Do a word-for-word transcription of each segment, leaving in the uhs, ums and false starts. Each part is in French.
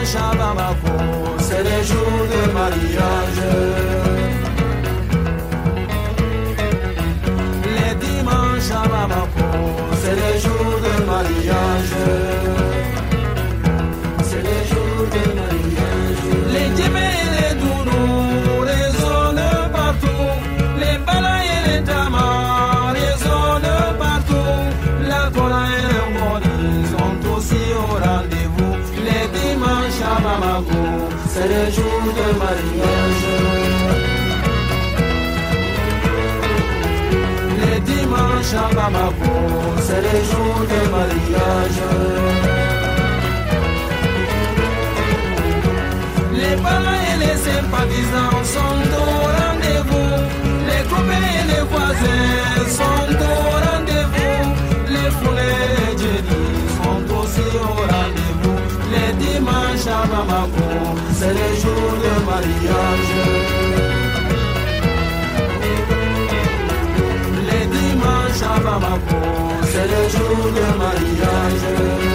dimanches à Bamako, c'est les jours de mariage. Les dimanches à Bamako, c'est les jours de mariage. C'est les jours de mariage. Les djemés et les doudous résonnent partout. Les balas et les tamas résonnent partout. La Kora et le Mori sont aussi au rendez-vous. Les dimanches à Bamako, c'est les jours de mariage. Les dimanches à Bamako, c'est les jours de mariage. Les parents et les sympathisants sont au rendez-vous. Les copains et les voisins sont au rendez-vous. Les foulées et les génies sont aussi au rendez-vous. Les dimanches à Bamako, c'est les jours de mariage. Les dimanches à Bamako, c'est les jours de mariage.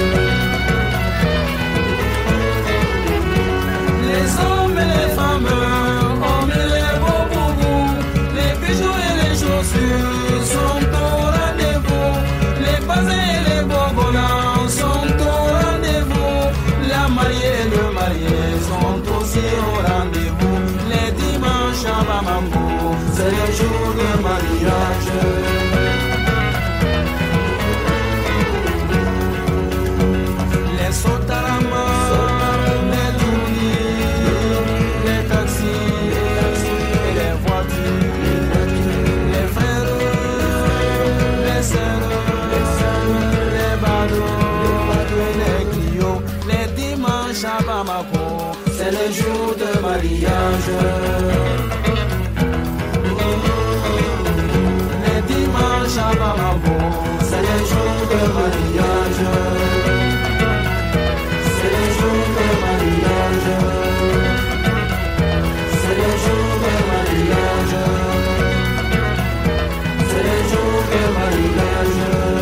Les hommes et les femmes ont mis les beaux boubous. Les bijoux et les chaussures sont au rendez-vous. Les bazins et les bobonans sont au rendez-vous. La mariée et le marié sont aussi au rendez-vous. Les dimanches à Bamako, c'est les jours de mariage. Les sotarama, les dounis, les taxis, et les voitures, les frères, les sœurs, les badauds, les clients. Les dimanches à Bamako, c'est le jour de mariage. Les dimanches à Bamako, c'est le jour de mariage. C'est le jour de mariage. C'est le jour de mariage. C'est le jour de mariage.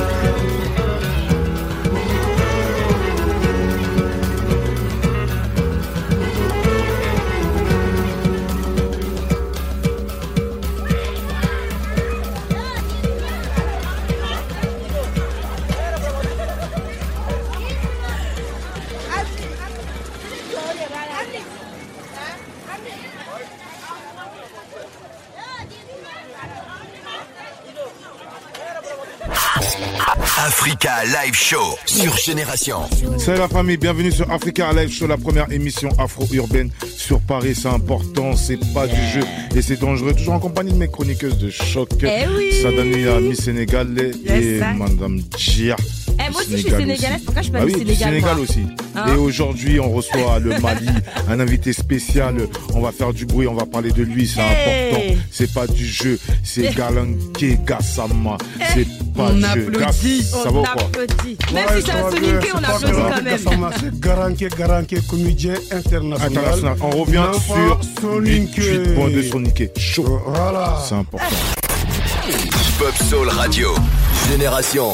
Africa Live Show sur Génération. Salut la famille, bienvenue sur Africa Live Show, la première émission afro-urbaine sur Paris. C'est important, c'est pas yeah. du jeu et c'est dangereux. Toujours en compagnie de mes chroniqueuses de choc, eh oui. Sadania, Miss Sénégal et yes, Madame Djia. Eh, moi aussi je suis sénégalaise, pourquoi je suis pas ah du oui, Sénégal Sénégal moi. aussi. Hein? Et aujourd'hui on reçoit le Mali, un invité spécial. On va faire du bruit, on va parler de lui, c'est hey. important. C'est pas du jeu, c'est Galanké Gassama. C'est pas on du applaudit, jeu. on Ça va quoi? applaudit. Même ouais, si c'est un soninké, on applaudit quand même. C'est Garanké, Garanké, comédien international. international. On revient sur huit points de soninké. Chaud. Voilà. C'est important. Pop Soul Radio. Génération.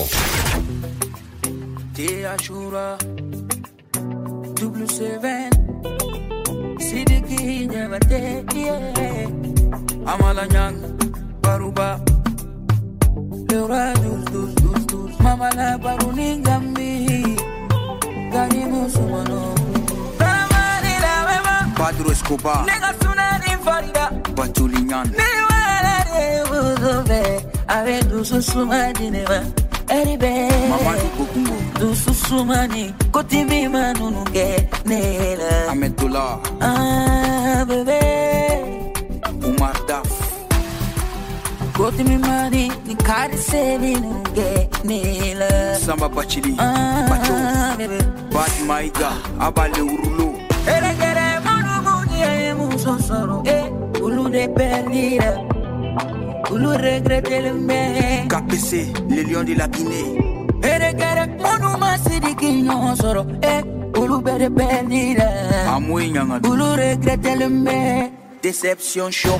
Ashura, double seven, Sidiki Nyamate, Amalanyang, Baruba, Leura, douze, douze, douze, douze, Mamala, Baruningami, Garimu Sumano, Tamarila, Wema, Padro Escobar, Negasuna, Infarida, Batulinyan, Newala, Nebuve, Avedu Susuma, Dineva. Eribe, Mama Kukungu, du susumani, kotimi manununge, nela. Ametullah, ah bébé, Umar Daf, kotimi mani, ni kari sebi nunge, nela. Samba Bachili, ah Bacho, bébé, Bat Maiga, Abale Urulo. Eregere manu muni ayemu sosoro, eh, ulu de perdida. Ulu regrette le mec. K P C, les lions de la Guinée. Eregere monu masidi kinyo soro, eh, ulu bere perdida. Amoué nyanga. Ulu regrette le mec. Déception choc.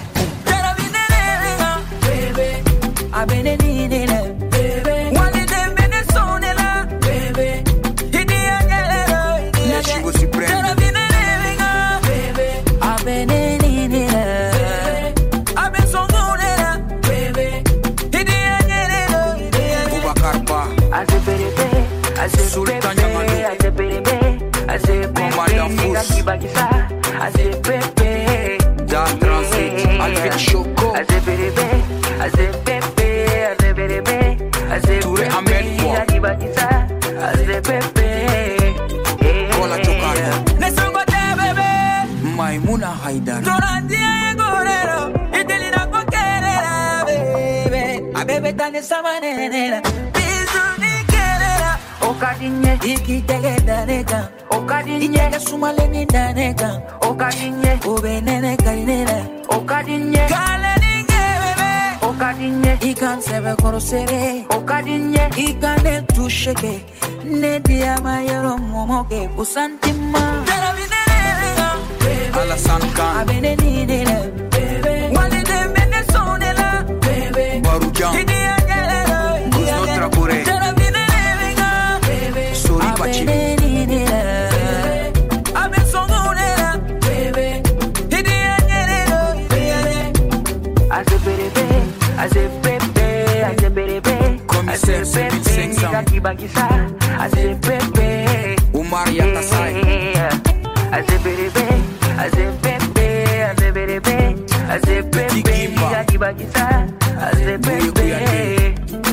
Bébé, abene nidele, bébé. Wali de mene sonela, bébé. Idi agelero, idi les chevaux suprêmes. Vida Fus, Da Transit, Alvin Choco, Touré Ahmed Bois, Kola Chokado, Maimouna Haidar, Bebe tane samanera, bizuni kerera, okadinye ikitege daneka, okadinye kasumale ni daneka, okadinye ubenene kainera, okadinye kaleninge bebe, okadinye ikan sebe korosere, okadinye ikane tusheke, nedia mayero momoke usantima, Alassane Khan, abene nidera, wale de Venezuela, Baroudian, Gouzno Traoré, Sori Pachimi, Commissaire Sébit cinq cents, Oumar Yatasai, Petit Gimba, Bouye Kouyate.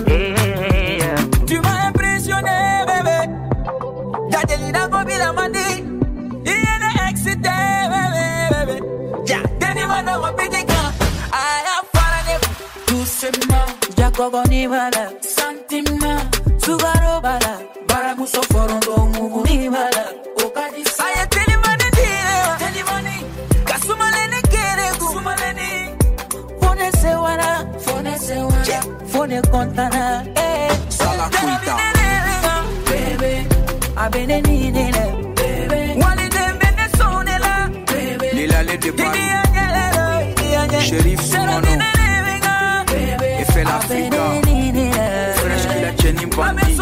Tu m'as impressionné, bébé. T'as mobile à mandi. Il y a des excité, bébé, bébé. Ya, t'es ni mon homme, petit gars. I am fara doucement. Jacob Onibala, sentiment. Sugaru bala, baramuso forondo mugu bala. Okadi saya telimani dire, telimani. Kasumale kere, kusumaleni. Fone sewana, fone sewana, fone kontana, eh. Sala Kuita, Bebe, abene nidele, bebe. Wali de Venezuela, bebe. Lila Le de Paris, Shérif Soumano, Eiffel Africa, Fresh Kila Jenny Bandi,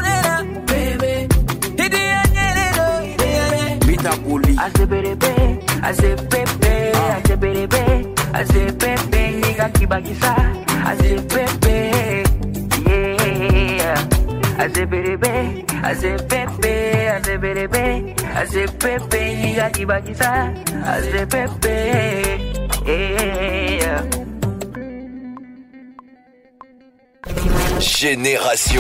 Bita Poli, Azeberebe, azepepe, azeberebe, azepepe, niga kibagisa, azepepe, yeah. Azeberebe, azepepe, azeberebe, azepepe, niga kibagisa, azepepe, yeah. Génération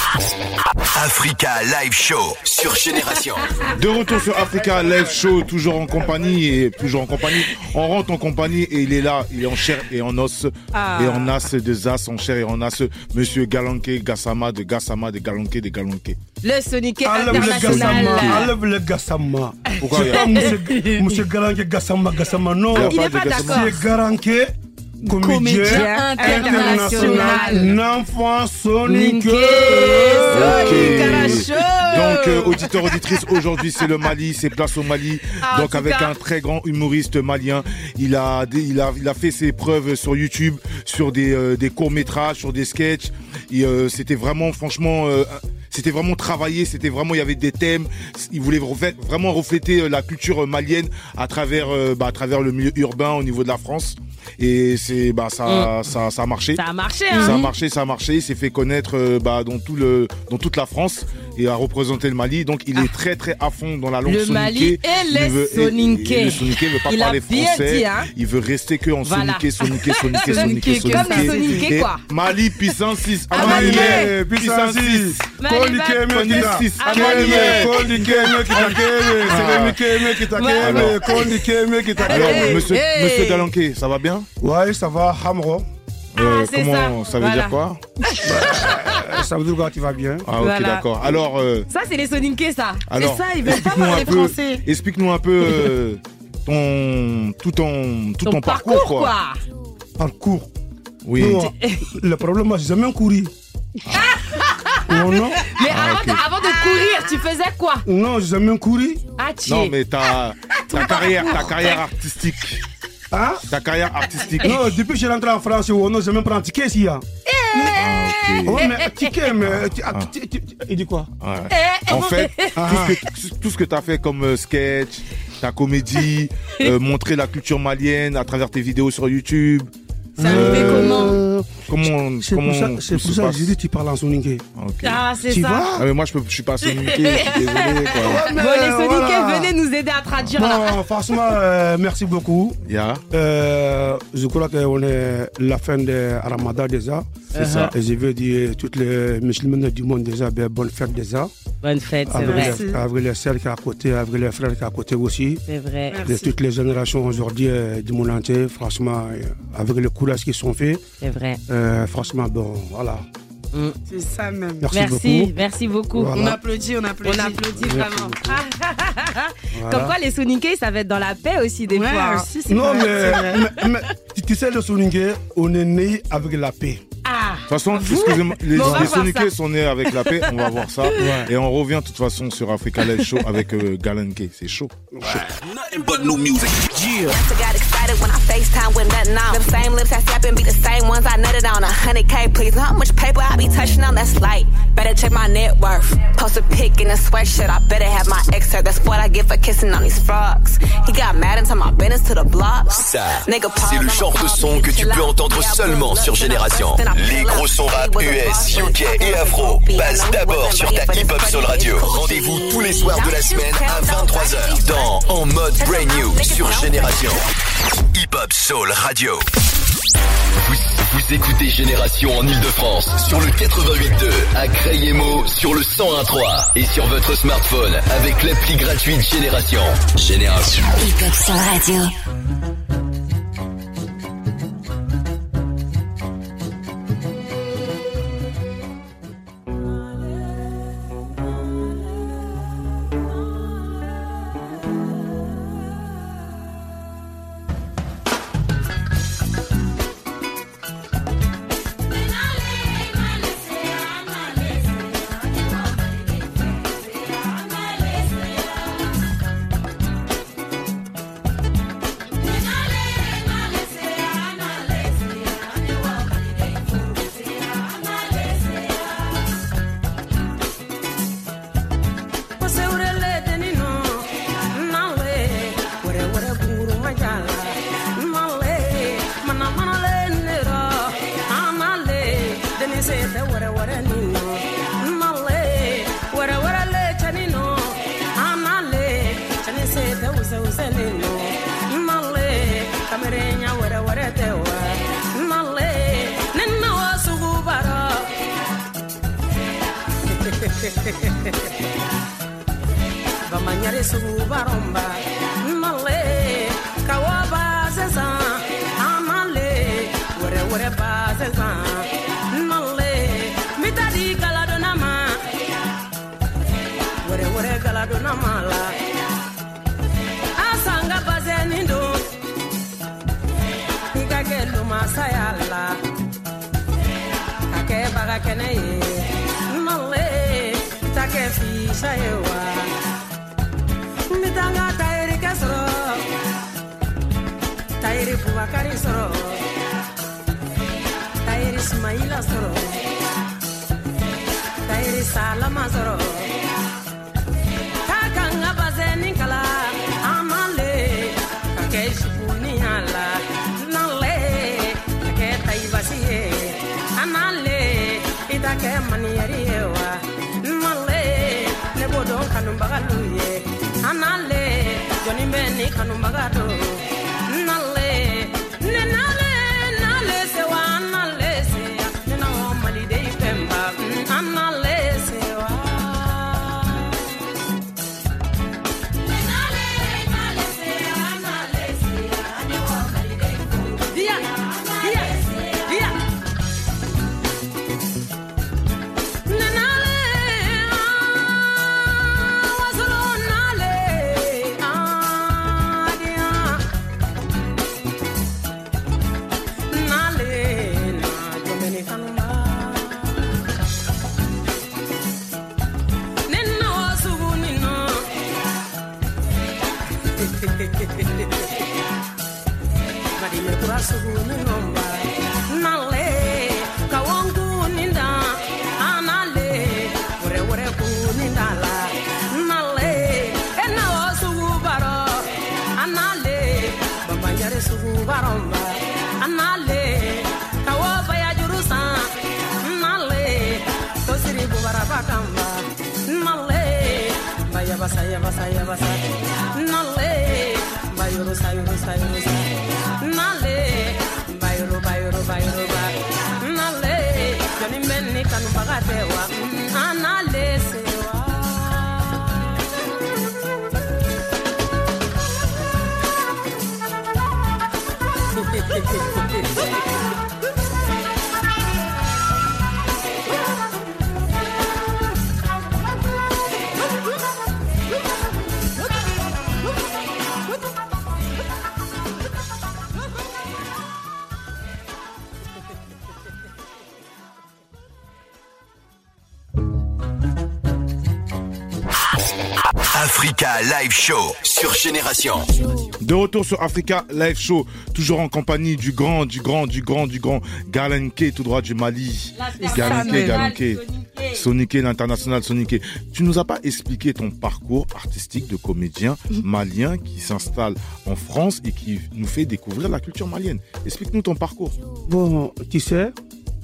Africa Live Show sur Génération. De retour sur Africa Live Show, toujours en compagnie et toujours en compagnie. On rentre en compagnie et il est là, il est en chair et en os Ah. et en as de Zas, en chair et en as. Monsieur Galanke Gassama de Gassama de Galanke de Galanke. Le Sonic Enlève le international. Gassama, enlève le Gassama. Pourquoi il y C'est a- pas monsieur, monsieur Garanke Gassama, Gassama, non. Il y a Il pas n'est de pas Gassama. d'accord. C'est Garanke, Comédien comédien international. international, l'enfant Sonic. Sonic à la show. Donc, euh, auditeurs, auditrices, aujourd'hui c'est le Mali, c'est place au Mali. Ah, en Donc, tout avec cas. un très grand humoriste malien, il a, des- il a, il a fait ses preuves sur YouTube, sur des, euh, des courts métrages, sur des sketchs. Et, euh, c'était vraiment, franchement, euh, c'était vraiment travaillé. C'était vraiment, il y avait des thèmes. Il voulait refait- vraiment refléter euh, la culture malienne à travers, euh, bah, à travers le milieu urbain au niveau de la France. Et c'est, bah, ça, ça, ça a marché. Ça a marché, Ça a hein. marché, ça a marché. Il s'est fait connaître euh, bah, dans, tout le, dans toute la France et a représenté le Mali. Donc il est très très à fond dans la langue Le soninké. Mali et les Il veut- soninké. et- et Le soninké ne veut pas Il a parler bien français. dit, hein. Il veut rester que en Voilà. soninké, soninké, soninké, Soninké, soninké, comme les soninké, Et quoi. Mali puissance six. Ah, Mali, Mali, puissance six. Mali, Koli va- keme Koli kita. six. Ah, Keme, Mali. koli keme kita keme. Selemi keme kita keme. Alors. Koli keme kita Alors, keme. monsieur, hey. monsieur Galanké, ça va bien? Ouais, ça va, Hamro. Euh, Ah, c'est comment ça. ça, veut Voilà. dire quoi? Euh, Ça veut dire que tu vas bien. Ah ok, Voilà. d'accord. Alors, euh, Ça, c'est les Soninké, ça. alors, C'est ça, ils veulent pas explique-nous parler un peu, français. explique-nous un peu euh, ton, tout ton, tout ton, parcours, quoi. Parcours. Oui. Non, le problème, moi, j'ai jamais couru. Non, non. Mais Ah, avant, ok. de, avant de courir, tu faisais quoi? Non, j'ai jamais couru. Ah, tu Non, mais ta, ta carrière, ta carrière artistique, Hein? ta carrière artistique. Non, depuis que je suis rentré en France, oh, non, j'ai même pris un ticket ici. Hein. Ah, ok. Oh, mais ticket, mais. tu- ah, tu- tu- tu- Il dit quoi? Ouais. En fait, Ah. tout ce que, tout ce que tu as fait comme euh, sketch, ta comédie, euh, montrer la culture malienne à travers tes vidéos sur YouTube. Ça le fait comment? Euh, comment C'est comment pour ça, c'est tout pour se ça que passe? j'ai dit tu parles en soninké. Ok. Ah, c'est Tu ça. vas Ah mais moi je peux, je suis pas soninké, je suis désolé quoi. Mais Bon, les Soniqués, voilà. venez nous aider à traduire là. Bon, franchement, euh, merci beaucoup. Yeah. Euh, je crois qu'on est la fin de Ramadan déjà. C'est ça. Et je veux dire toutes les musulmans du monde déjà, ben, bonne fête déjà. Bonne fête, c'est Avec vrai. les, avec les sœurs qui sont à côté, avec les frères qui sont à côté aussi. C'est vrai. De toutes les générations aujourd'hui euh, du monde entier, franchement, euh, avec le courage qu'ils sont faits, C'est vrai. euh, franchement, bon, voilà. C'est ça même. Merci, Merci, beaucoup. merci beaucoup. Voilà. On applaudit, on applaudit. On applaudit vraiment. Voilà. Comme quoi, les Soniqués, ça va être dans la paix aussi des Ouais, fois. hein. aussi, c'est Non, vrai, c'est mais, vrai. mais, mais tu- tu sais, le Soninké, on est né avec la paix. Ah, De toute façon, excusez-moi, les, Mais on va les voir Soniqués ça. sont nés avec la paix, on va voir ça. Et on revient de toute façon sur Africa Live Show avec euh, Galanke, c'est chaud. Nothing but new music. Yeah. I got excited when I FaceTime with nothing on. Them same lips I slap and be the same ones I nutted on. A hundred K, please. Know how much paper I be touching on? That's light. Better check my net worth. Post a pic in a sweatshirt. I better have my excerpt. That's what I get for kissing on these frogs. He got mad and told my business to the block. Ça, c'est le genre de son que tu peux entendre seulement sur Génération. Les gros sons rap U S, U K et Afro passent d'abord sur ta Hip Hop Soul Radio. Rendez-vous tous les soirs de la semaine à vingt-trois heures dans En mode Brand New sur Génération. Hip Hop Soul Radio. Vous, vous écoutez Génération en Ile-de-France sur le quatre-vingt-huit deux, à Crayemo sur le cent un virgule trois et sur votre smartphone avec l'appli gratuite Génération. Génération. Hip Hop Soul Radio. Bamanyare sugu baromba male kawaba zeza amale wore wore ba zeza male mitadi galadona ma wore wore galadona mala asanga bazenindo ikagelo masayala ake baga keneye male take fi sayewa mitanga tairi kasro tairi Bubakari soro tairi Ismaila soro tairi Salama soro kakanga bazeni kala amale kake shibuni ala nale kake taibasiye anale itake maniyariwa nale nebodo kanumbagaluye anale joni meni kanumbagado nale nenale nale sewa nale se nena mali de pemba anale sewa nenale nale se anale se nena mali de dia dia dia nenale Madime kurasugu nomba nale kawangu ninda anale wore wore ku ninda la nale ena osugu baro anale bambanyare sugu baromba anale kawaba ya jurus sayuro sayuro sayuro sa. Nale, bayro bayro bayro ba. Nale, joni menni kanu bagatewa. Nale sewa. Africa Live Show sur Génération. De retour sur Africa Live Show, toujours en compagnie du grand, du grand, du grand, du grand Galanké, tout droit du Mali. Galanké, Galanké. Soniké, l'international Soniké. Tu nous as pas expliqué ton parcours artistique de comédien malien qui s'installe en France et qui nous fait découvrir la culture malienne. Explique-nous ton parcours. Bon, tu sais,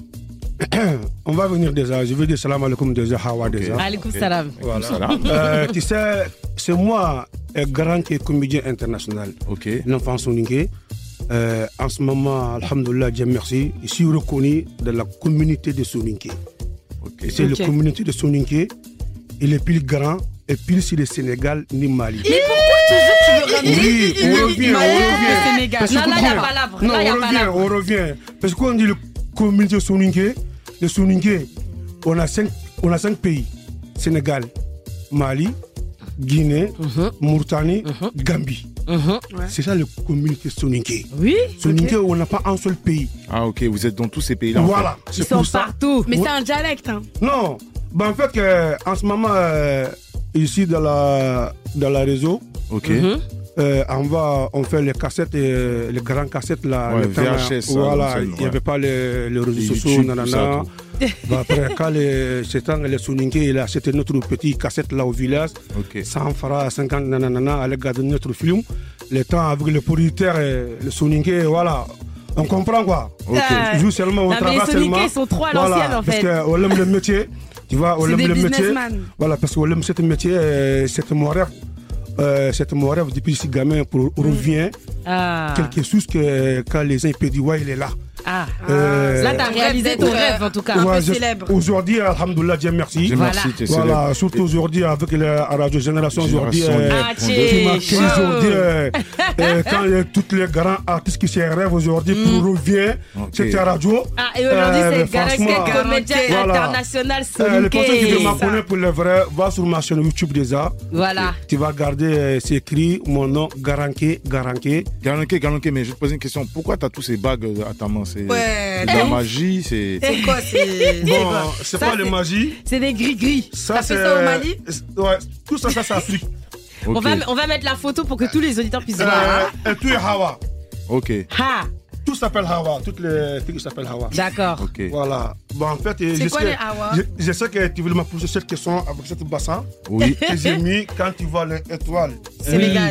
on va venir déjà. Je veux dire salam alaikum déjà, Hawa déjà. Alaikum salam. Voilà. Euh, tu sais, c'est moi, un grand comédien international. Ok. L'enfant Soniké. Euh, en ce moment, alhamdoulilah, Dieu merci, je suis reconnu dans la communauté de Soninké. Okay. C'est okay. La communauté de Soninké, il est plus grand et plus sur le Sénégal ni Mali. Mais pourquoi toujours tu veux ramener oui, on revient, on revient. Sénégal. Là, là, il n'y a pas l'arbre. Non, là, y a on pas revient, l'arbre. on revient. Parce qu'on dit la communauté de Soninké, le Soninké, on a cinq, on a cinq pays. Sénégal, Mali, Guinée, uh-huh. Mauritanie, uh-huh. Gambie. Uh-huh. Ouais. C'est ça la communauté Soninké. Oui. Soninké, okay. On n'a pas un seul pays. Ah ok, vous êtes dans tous ces pays-là. Voilà. En fait. Ils sont partout. Mais ouais. C'est un dialecte. Hein. Non. Ben, en fait, euh, en ce moment, euh, ici dans la, dans la réseau, ok. Mm-hmm. Euh, on va, on fait les cassettes, euh, les grandes cassettes là. Ouais, le V H S. Temps, voilà, ça, il n'y avait ouais. pas les, les réseaux sociaux, nanana. Bah, après, quand les, c'est temps, les Soninké, là, c'était notre petit cassette là au village. Okay. cent francs, cinquante nanana, à regarder notre film. Le temps avec le producteur, le Soninké, voilà. On comprend quoi. Okay. Euh, Juste seulement, on non, travaille mais les seulement. Soninké sont trop à l'ancienne voilà, en fait. Parce qu'on aime le métier. Tu vois, on aime le métier. Voilà, parce qu'on aime ce métier, euh, c'est mon rêve. Euh, c'est mon rêve depuis ce gamin pour mm. revient ah. quelque chose que quand les gens peuvent dire ouais il est là. Ah. Euh, là t'as réalisé ton rêve en tout cas. Ouais, un peu célèbre. Aujourd'hui, alhamdoulilah, Dieu merci. Dieu voilà. merci, voilà, surtout aujourd'hui avec la radio Génération aujourd'hui. Euh, ah, qui marque aujourd'hui euh, euh, quand euh, tous les grands artistes qui se rêvent aujourd'hui mm. pour revient okay. cette radio. Ah et aujourd'hui euh, c'est Galanké, comédien voilà. international Soninké. Euh, les personnes qui me connaissent pour le vrai, va sur ma chaîne YouTube déjà. Voilà. Tu vas regarder, euh, c'est écrit mon nom Galanké, Galanké. Galanké, Galanké, mais je vais te poser une question. Pourquoi tu as tous ces bagues à ta main? C'est ouais, de la magie, c'est. C'est quoi? C'est bon, c'est pas de magie. C'est des gris-gris. Ça, c'est ça au Mali. Ouais, tout ça, ça, c'est Afrique. Okay. On, va, on va mettre la photo pour que tous les auditeurs puissent euh, voir. Et tout est Hawa. Ok. Ha. Tout s'appelle Hawa. Toutes les trucs s'appellent Hawa. D'accord. Ok. Voilà. Bon, en fait, c'est quoi que, les Hawa? je, je sais que tu veux me poser cette question avec cette bassin. Oui. Que j'ai mis quand tu vois l'étoile. Sénégal.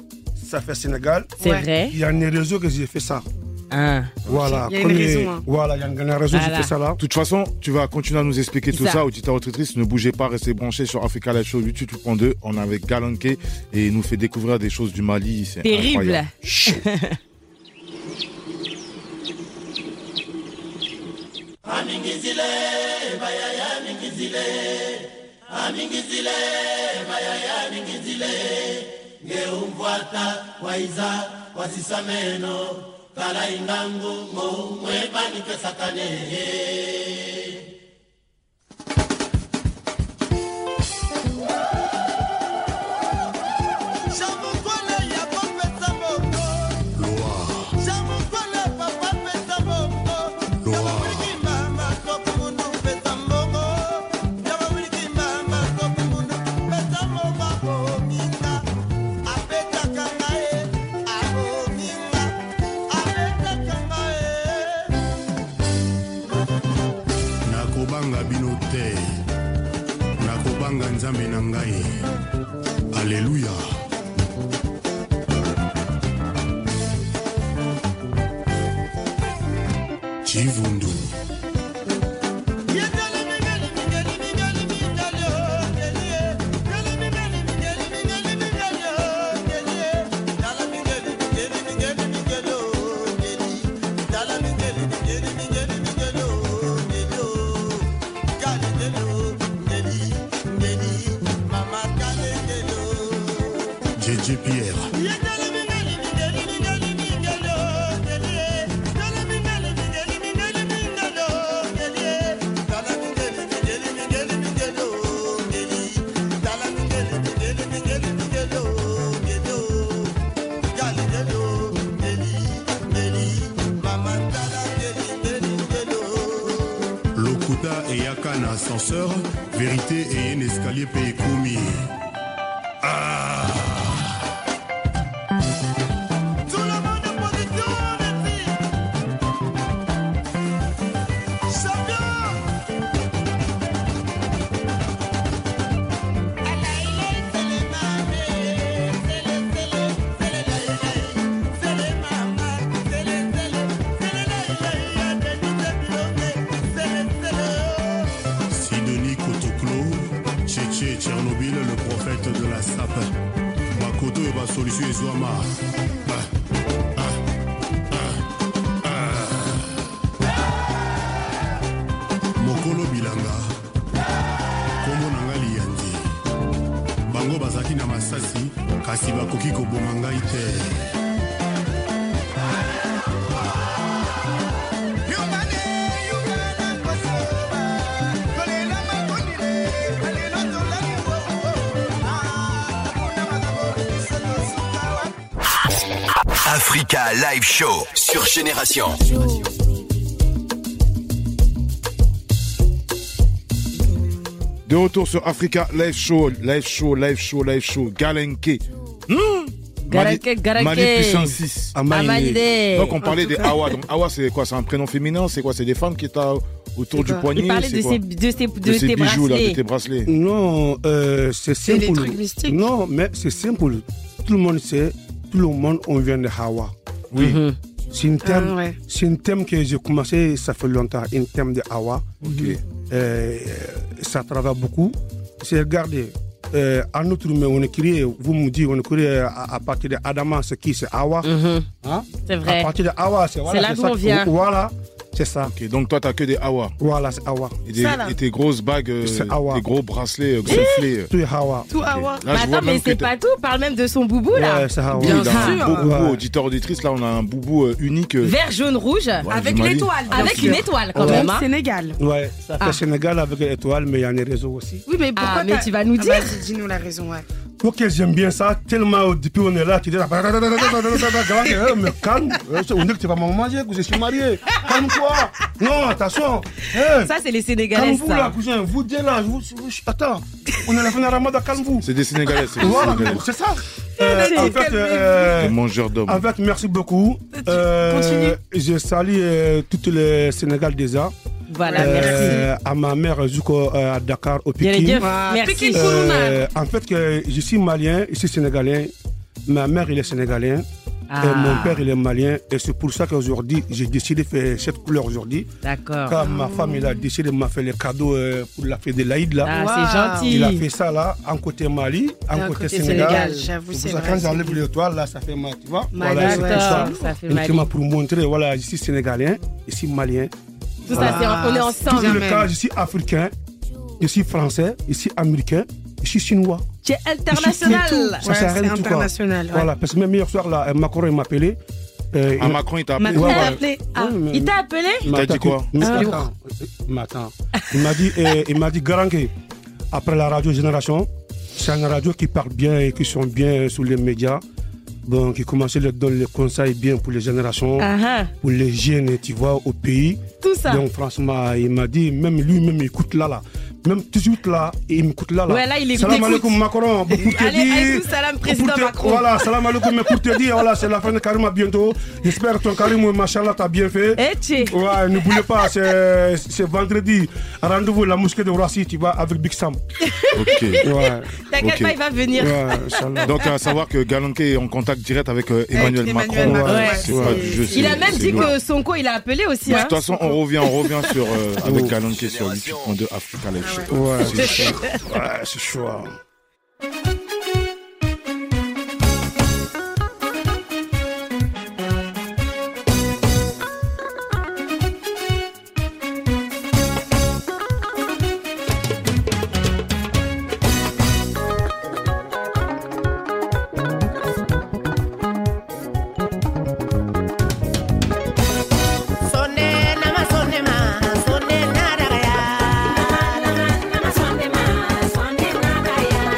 Ça fait Sénégal. C'est ouais. vrai. Il y a une raison que j'ai fait ça. Ah. Voilà. Il y a une raison. Hein. Voilà, il y a une raison que j'ai fait ça là. De toute façon, tu vas continuer à nous expliquer tout ça, ça auditeurs auditrices. Ne bougez pas, restez branchés sur Africa Live Show YouTube deux point deux. On est avec Galanké et il nous fait découvrir des choses du Mali. C'est terrible. Wasisameno kala ingangu mo mwebani kesakane nakobanga nzambe na ngai alleluya chivundu mafuta eyaka na ascenseur, vérité et un escalier pe ekomi. Ah. Tchernobyl, le prophète de la sape. Bakoto et ba solution Ezouama. Ah, ah, ah, ah. Mokolo Bilanga. Kombo nanga liyandi. Bango bazaki na masasi, kasi bakoki koboma ngai te. Africa Live Show sur Génération. De retour sur Africa Live Show, Live Show, Live Show, Live Show, Galenke. Mmh. Galenke, Galenke. Mali puissance six. Amalide. Donc on parlait des Awa. Donc Awa c'est quoi? C'est un prénom féminin? C'est quoi? C'est des femmes qui étaient autour du poignet? Il parlait de quoi? ces, de ces, de de ces tes bijoux bracelets. là, de tes bracelets. Non, euh, c'est simple. C'est des trucs mystiques. Non, mais c'est simple. Tout le monde sait, tout le monde, on vient de Hawa. Oui. Mm-hmm. C'est un thème, Ah, ouais. c'est un thème que j'ai commencé, ça fait longtemps, un thème de Hawa. Ok. Euh, ça travaille beaucoup. C'est regardez, euh, en outre, mais on écrit, vous me dites, on écrit à, à partir de Adama, c'est qui? C'est Hawa. Mhm. Hein? C'est vrai. À partir de Hawa, c'est voilà, C'est là d'où ça on que- vient. Voilà, c'est ça. Ok, donc toi t'as que des Awa. Voilà, c'est Hawa. Et, des- Ça, là. et tes grosses bagues, euh, C'est Awa. tes gros bracelets euh, gonflés. euh. Tout est Hawa. Tout Ok. Awa. Là, Mais je vois attends, mais même que c'est t'as- pas tout. Parle même de son boubou là. Ouais, c'est Hawa. Oui, Bien il a un sûr. beau boubou, Ouais. auditeur auditrice. Là, on a un boubou euh, unique. euh, Vert, jaune, rouge. Avec du Mali. l'étoile. bien Avec sûr. une étoile quand Ouais. même. hein. Sénégal. Ouais, ça fait Ah. Sénégal avec l'étoile, mais il y a un réseau aussi. Oui, mais pourquoi Ah, mais t'as- tu vas nous Ah, dire. vas-y, dis-nous la raison, ouais. Ok, j'aime bien ça, tellement depuis on est là, tu dis là, mais calme, on dit que tu vas m'en manger, que je suis marié, calme-toi, non, attention, hey, Ça, c'est les Sénégalais. calme-vous là, Ça. cousin, vous deux là, vous, vous- attends, on est à la fin de Ramadan, calme-vous. C'est des Sénégalais. C'est des Voilà, Sénégalais. c'est ça. Euh, en fait, euh, Des mangeurs d'hommes. en fait, merci beaucoup. Euh, je salue euh, tout le Sénégal déjà. Voilà, Euh, merci. à ma mère Zuko euh, à Dakar au Bien les Pékin. dieux. Merci. Euh, en fait, que je suis malien, je suis sénégalais. Ma mère, il est sénégalais. Ah. Et mon père, il est malien. Et c'est pour ça qu'aujourd'hui, j'ai décidé de faire cette couleur aujourd'hui. D'accord. Quand ma femme, il a décidé de m'a fait les cadeaux euh, pour la fête de l'Aïd. Là. Ah, c'est gentil. Il a fait ça là, en côté Mali, en Et en côté, côté Sénégal. Sénégal, j'avoue, C'est c'est pour ça vrai, quand j'enlève c'est l'étoile, là, ça fait mal, tu vois. Mali, Voilà, c'est ouais. pour ça. D'accord, ça fait Uniquement Mali. pour montrer, voilà, je suis sénégalais, je suis malien. Tout ça, c'est- on est Tout ensemble. le cas, je suis africain, je suis français, je suis américain, je suis chinois. Tu es Je suis international. tout. Ça Ouais, sert à rien c'est du tout, quoi. international, ouais. Voilà, parce que même hier soir, là, Macron, il m'a appelé. Euh, Ah, il- Macron, il t'a appelé. Macron Ouais, t'a ouais. appelé. Ah, Ouais, mais- il t'a appelé Il t'a dit quoi? Mais Ah. attends, mais attends. Il m'a dit, euh, il m'a dit, Garanké, après la radio Génération, c'est une radio qui parle bien et qui sont bien sur les médias. Donc, il commençait à donner les conseils bien pour les générations, Ah, ah. pour les jeunes, tu vois, au pays. Tout ça. Donc, franchement, il m'a dit, même lui-même, il écoute là, là. Même tout de suite là, il m'écoute là, là. Ouais, là, il écoute. Salam alaikum Macron, pour te Allez, dire. alaikum salam, président pour te- Macron. Voilà, salam alaikum, mais pour te dire, voilà, c'est la fin de Karim à bientôt. J'espère que ton Karim, machallah, t'as bien fait. Eh, tché. Ouais, n'oubliez pas, c'est c'est vendredi. Rendez-vous à la mosquée de Roissy, tu vas avec Big Sam. Ok. Ouais. T'inquiète Ok. pas, il va venir. Ouais, Inch'Allah. Donc à savoir que Galanke est en contact direct avec euh, Emmanuel Emmanuel Macron. Macron, ouais, c'est c'est- pas du jeu. Il c'est- a même c'est dit lourd. que Sonko, il a appelé aussi. De Hein. toute façon, on revient, on revient sur euh, avec Oh. Galanke sur YouTube de Africa Live Show. Ouais, C'est c'est chaud. Ouais, c'est chaud. Sonne nama sonne ma sonne nada ya nama sonne ma sonne nada ya